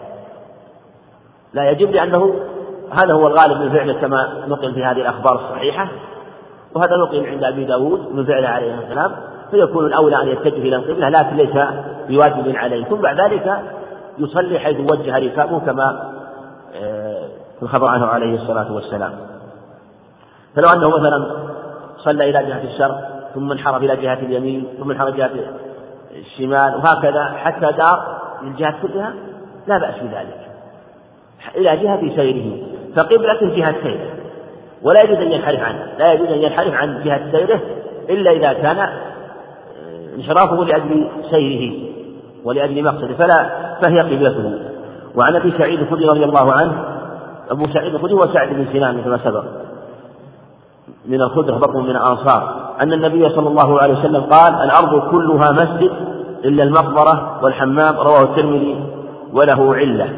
لا يجب لأنه هذا هو الغالب من فعله كما نقل في هذه الأخبار الصحيحة، وهذا نقل عند أبي داود من فعله عليه السلام، فيكون الأولى أن يتجه إلى القبلة، لكن ليس بواجب عليه. ثم بعد ذلك يصلي حيث وجه ركابه كما في الخبر عنه عليه الصلاة والسلام. فلو أنه مثلا صلى إلى جهة الشرق ثم انحرف إلى جهة اليمين ثم انحرف إلى جهة الشمال وهكذا حتى دار من الجهات كلها لا بأس بذلك إلى جهة سيره، فقبلته جهة سيره ولا يجوز أن ينحرف عنه لا يجوز أن ينحرف عن جهة سيره إلا إذا كان انحرافه لأجل سيره ولأجل مقصده فلا فهي قبلته. وعن أبي سعيد الخدري رضي الله عنه أبو سعيد الخدري هو سعد بن سنان كما سبق من الخدرة بطن من الأنصار أن النبي صلى الله عليه وسلم قال: الأرض كلها مسجد إلا المقبرة والحمام، رواه الترمذي وله علة.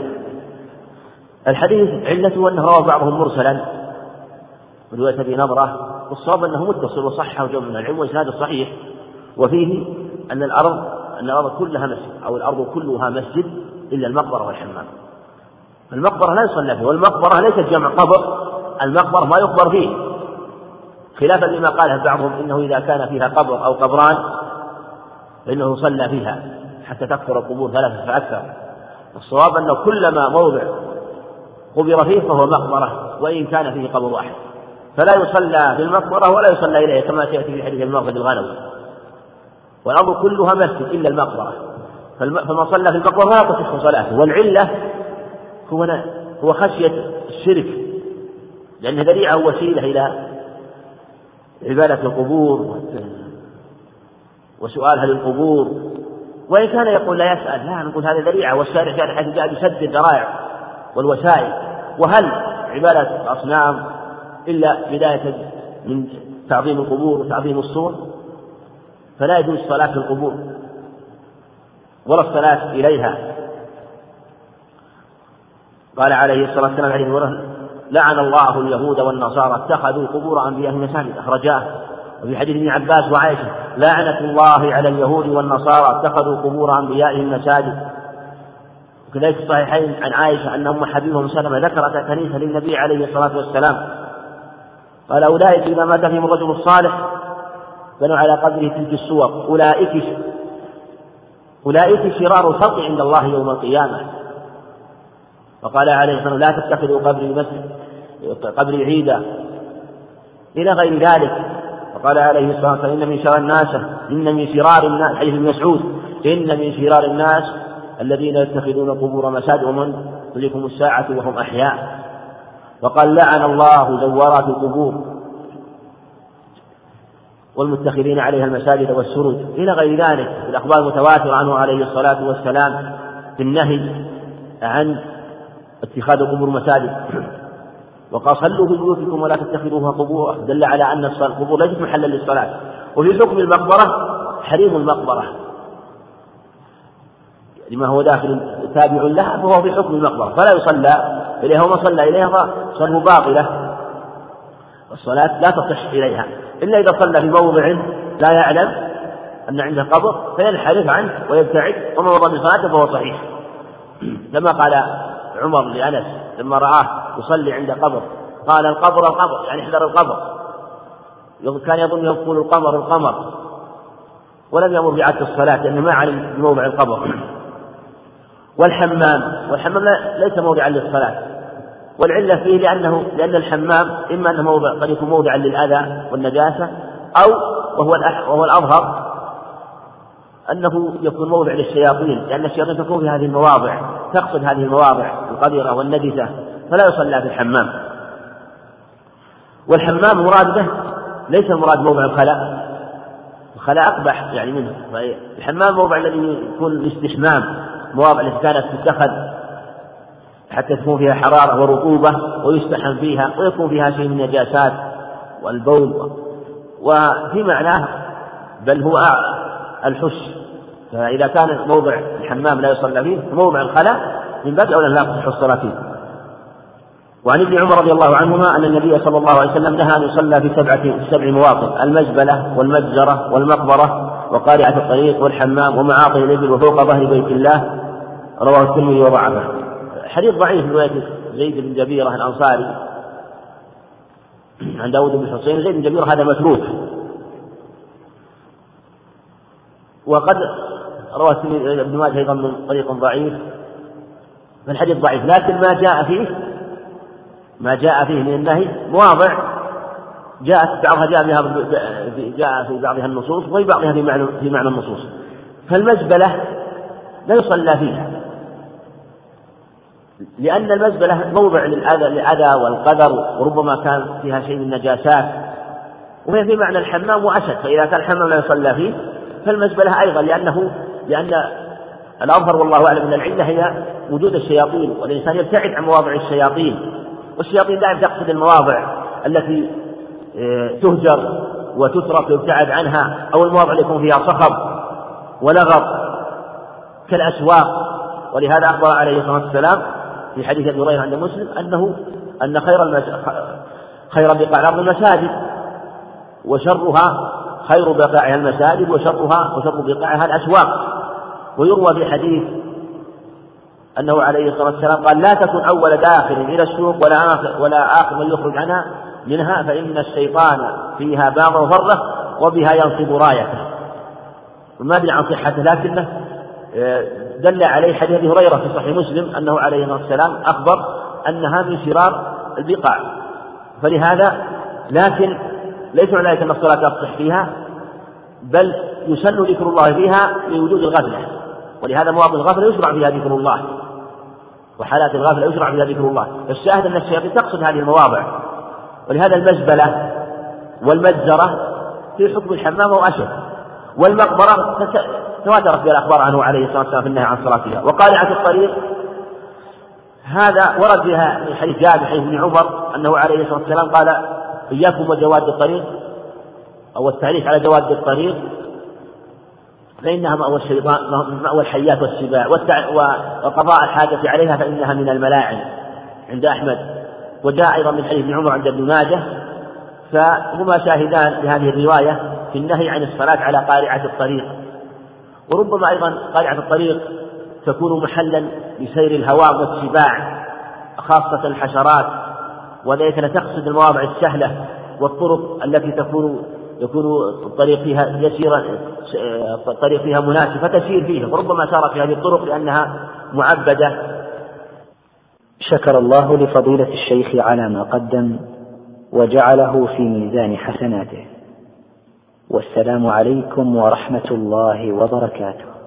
الحديث علته أنه روى بعضهم مرسلا رواية أبي نضرة، والصواب أنه متصل وصحه جمع من العلم وإسناده صحيح، وفيه أن الأرض أن الأرض كلها مسجد أو الأرض كلها مسجد إلا المقبرة والحمام. المقبرة لا يصلى فيه، والمقبرة ليست جمع قبر، المقبرة ما يقبر فيه، خلافا لما قاله بعضهم إنه إذا كان فيها قبر أو قبران فإنه صلى فيها حتى تكثر القبور ثلاثة فأكثر. الصواب أنه كلما موضع قبر فيه فهو مقبرة وإن كان فيه قبر واحد، فلا يصلى في المقبرة ولا يصلى إليه كما سيأتي في حديث المرصد الغنوي. والأرض كلها مسجد إلا المقبرة، فمن صلى في المقبرة لا تصح صلاته. والعلة هو هو خشية الشرك، لأن ذريعة وسيلة إلى عبادة القبور وسؤالها للقبور، وإن كان يقول لا يسأل، لا نقول هذا ذريعة، والشارع كان حيث جاء بسد الذرائع والوسائل. وهل عبادة الأصنام إلا بداية من تعظيم القبور وتعظيم الصور؟ فلا يجوز الصلاة في القبور ولا الصلاة إليها. قال عليه الصلاة والسلام عليه الصلاة: لعن الله اليهود والنصارى اتخذوا قبور أنبيائهم مساجد، أخرجاه. وفي حديث ابن عباس وعائشة: لعنة الله على اليهود والنصارى اتخذوا قبور أنبيائهم مساجد. وكذلك في الصحيحين عن عائشة أن أم حبيبة سلمة ذكرت كنيسة للنبي عليه الصلاة والسلام، قال: أولئك إذا مات فيهم الرجل الصالح بنوا على قبره تلك الصور، أولئك أولئك شرار الخلق عند الله يوم القيامة. وقال عليه الصلاة والسلام: لا تتخذوا قبري مسجد قبري عيدا إلى غير ذلك. وقال عليه الصلاة والسلام: إن من شرار الناس إن من شرار الناس حديث ابن مسعود: إن من شرار الناس الذين يتخذون قبور مساجد ومن تدركهم الساعة وهم أحياء. وقال: لعن الله زوارات القبور والمتخذين عليها المساجد والسرج إلى غير ذلك. الأخبار المتواترة عنه عليه الصلاة والسلام في النهي عن اتخاذ القبور مساجد. وقال: صلوا في بيوتكم ولا تتخذوها قبورا، دل على أن القبور ليست محلا للصلاة. وفي حكم المقبرة حريم المقبرة لما هو داخل تابع لها، فهو في حكم المقبرة فلا يصلى إليها، وما صلى إليها فصلاته باطلة، والصلاة لا تصح إليها إلا إذا صلى في موضع لا يعلم أن عنده قبر فينحرف عنه ويبتعد، وما مضى بصلاته فهو صحيح. لما قال عمر لأنس لما رآه يصلي عند قبر قال: القبر القبر، يعني احذر القبر. كان يظن يقول القمر القمر، ولم يأمر بعد الصلاة لأنه ما علم بموضع القبر. والحمام والحمام ليس موضعا للصلاة، والعلة فيه لأنه لأن الحمام إما أنه موضع قد يكون موضعا للأذى والنجاسة، أو وهو وهو الأظهر أنه يكون موضع للشياطين، لأن الشياطين تكون في هذه المواضع، تقصد هذه المواضع القذرة والنجسة، فلا يصلى في الحمام. والحمام مراد به ليس المراد موضع الخلاء، الخلاء أقبح يعني منه، الحمام موضع الذي يكون الاستحمام، مواضع التي كانت تتخذ حتى تكون فيها حرارة ورطوبة ويستحم فيها ويكون فيها شيء من النجاسات والبول، وفي معناه بل هو الحش. فإذا كان موضع الحمام لا يصلى فيه موضع الخلاء من باب أولى لا تصح الصلاة فيه. وعن ابن عمر رضي الله عنهما أن النبي صلى الله عليه وسلم نهى أن يصلى في سبعة سبع مواطن: المزبلة والمجزرة والمقبرة وقارعة الطريق والحمام ومعاطي الإبل وفوق ظهر بيت الله. رواه الترمذي وضعفه. حديث ضعيف من رواية زيد بن جبيرة الأنصاري عن داود بن حسين. زيد بن جبيرة هذا متروك، وقد رواه ابن ماجه أيضا من طريق ضعيف، فالحديث ضعيف، لكن ما جاء فيه ما جاء فيه من النهي مواضع جاءت بعضها جاء بها جاء في بعضها النصوص وفي بعضها في معنى في معنى النصوص. فالمزبلة لا يصلى فيها، لأن المزبلة موضع للأذى والقدر، وربما كان فيها شيء من النجاسات، وهي في معنى الحمام وأشد. فإذا كان الحمام لا يصلى فيه فالمزبلة أيضا، لأنه لأن الأظهر والله أعلم أن العلة هي وجود الشياطين، والإنسان يبتعد عن مواضع الشياطين، والشياطين دائما تقصد المواضع التي تهجر وتترك ويبتعد عنها، أو المواضع التي يكون فيها صخب ولغط كالأسواق. ولهذا أخبر عليه الصلاة والسلام في حديث أبي هريرة عند مسلم أنه أن خير المس... خير بقاع الأرض المساجد، وشرها خير بقاعها المساجد وشرها وشر بقاعها الأسواق. ويروى في حديث أنه عليه الصلاة والسلام قال: لا تكن أول داخل إلى السوق ولا آخر, ولا آخر من يخرج عنها منها، فإن الشيطان فيها باغ وفره وبها ينصب رايته. وما أدري عن صحته، لكنه دل عليه حديث أبي هريرة في صحيح مسلم أنه عليه الصلاة والسلام أخبر أنها من شرار البقاع. فلهذا لكن ليس معنى ذلك أن الصلاة تصح فيها، بل يسن ذكر الله فيها لوجود الغفلة، ولهذا مواطن الغفلة يشرع فيها ذكر الله، وحالات الغفلة يشرع فيها ذكر الله. فالشاهد أن الشياطين تقصد هذه المواضع، ولهذا المزبلة والمجزرة في حكم الحمام وأشد. والمقبرة تواترت بها الأخبار عنه عليه الصلاة والسلام في النهي عن الصلاة فيها. وقارعة الطريق هذا ورد فيها من حديث جابر حديث ابن عمر أنه عليه الصلاة والسلام قال: إياكم وجواد الطريق، أو التعريف على جواد الطريق، فإنها مأوى الشيطان مأوى الحيات والسباع، وقضاء الحاجة عليها فإنها من الملاعن عند أحمد. وجاء أيضا من حديث ابن عمر عند ابن ماجه، فهما شاهدان لهذه الرواية في النهي عن الصلاة على قارعة الطريق. وربما أيضا قارعة الطريق تكون محلا لسير الهواء والسباع، خاصة الحشرات، وذلك تقصد المواضع السهلة والطرق التي تكون يكون الطريق فيها يسيرا، الطريق فيها مناسب فتسير فيها، وربما سار في هذه الطرق لأنها معبدة. شكر الله لفضيلة الشيخ على ما قدم وجعله في ميزان حسناته، والسلام عليكم ورحمة الله وبركاته.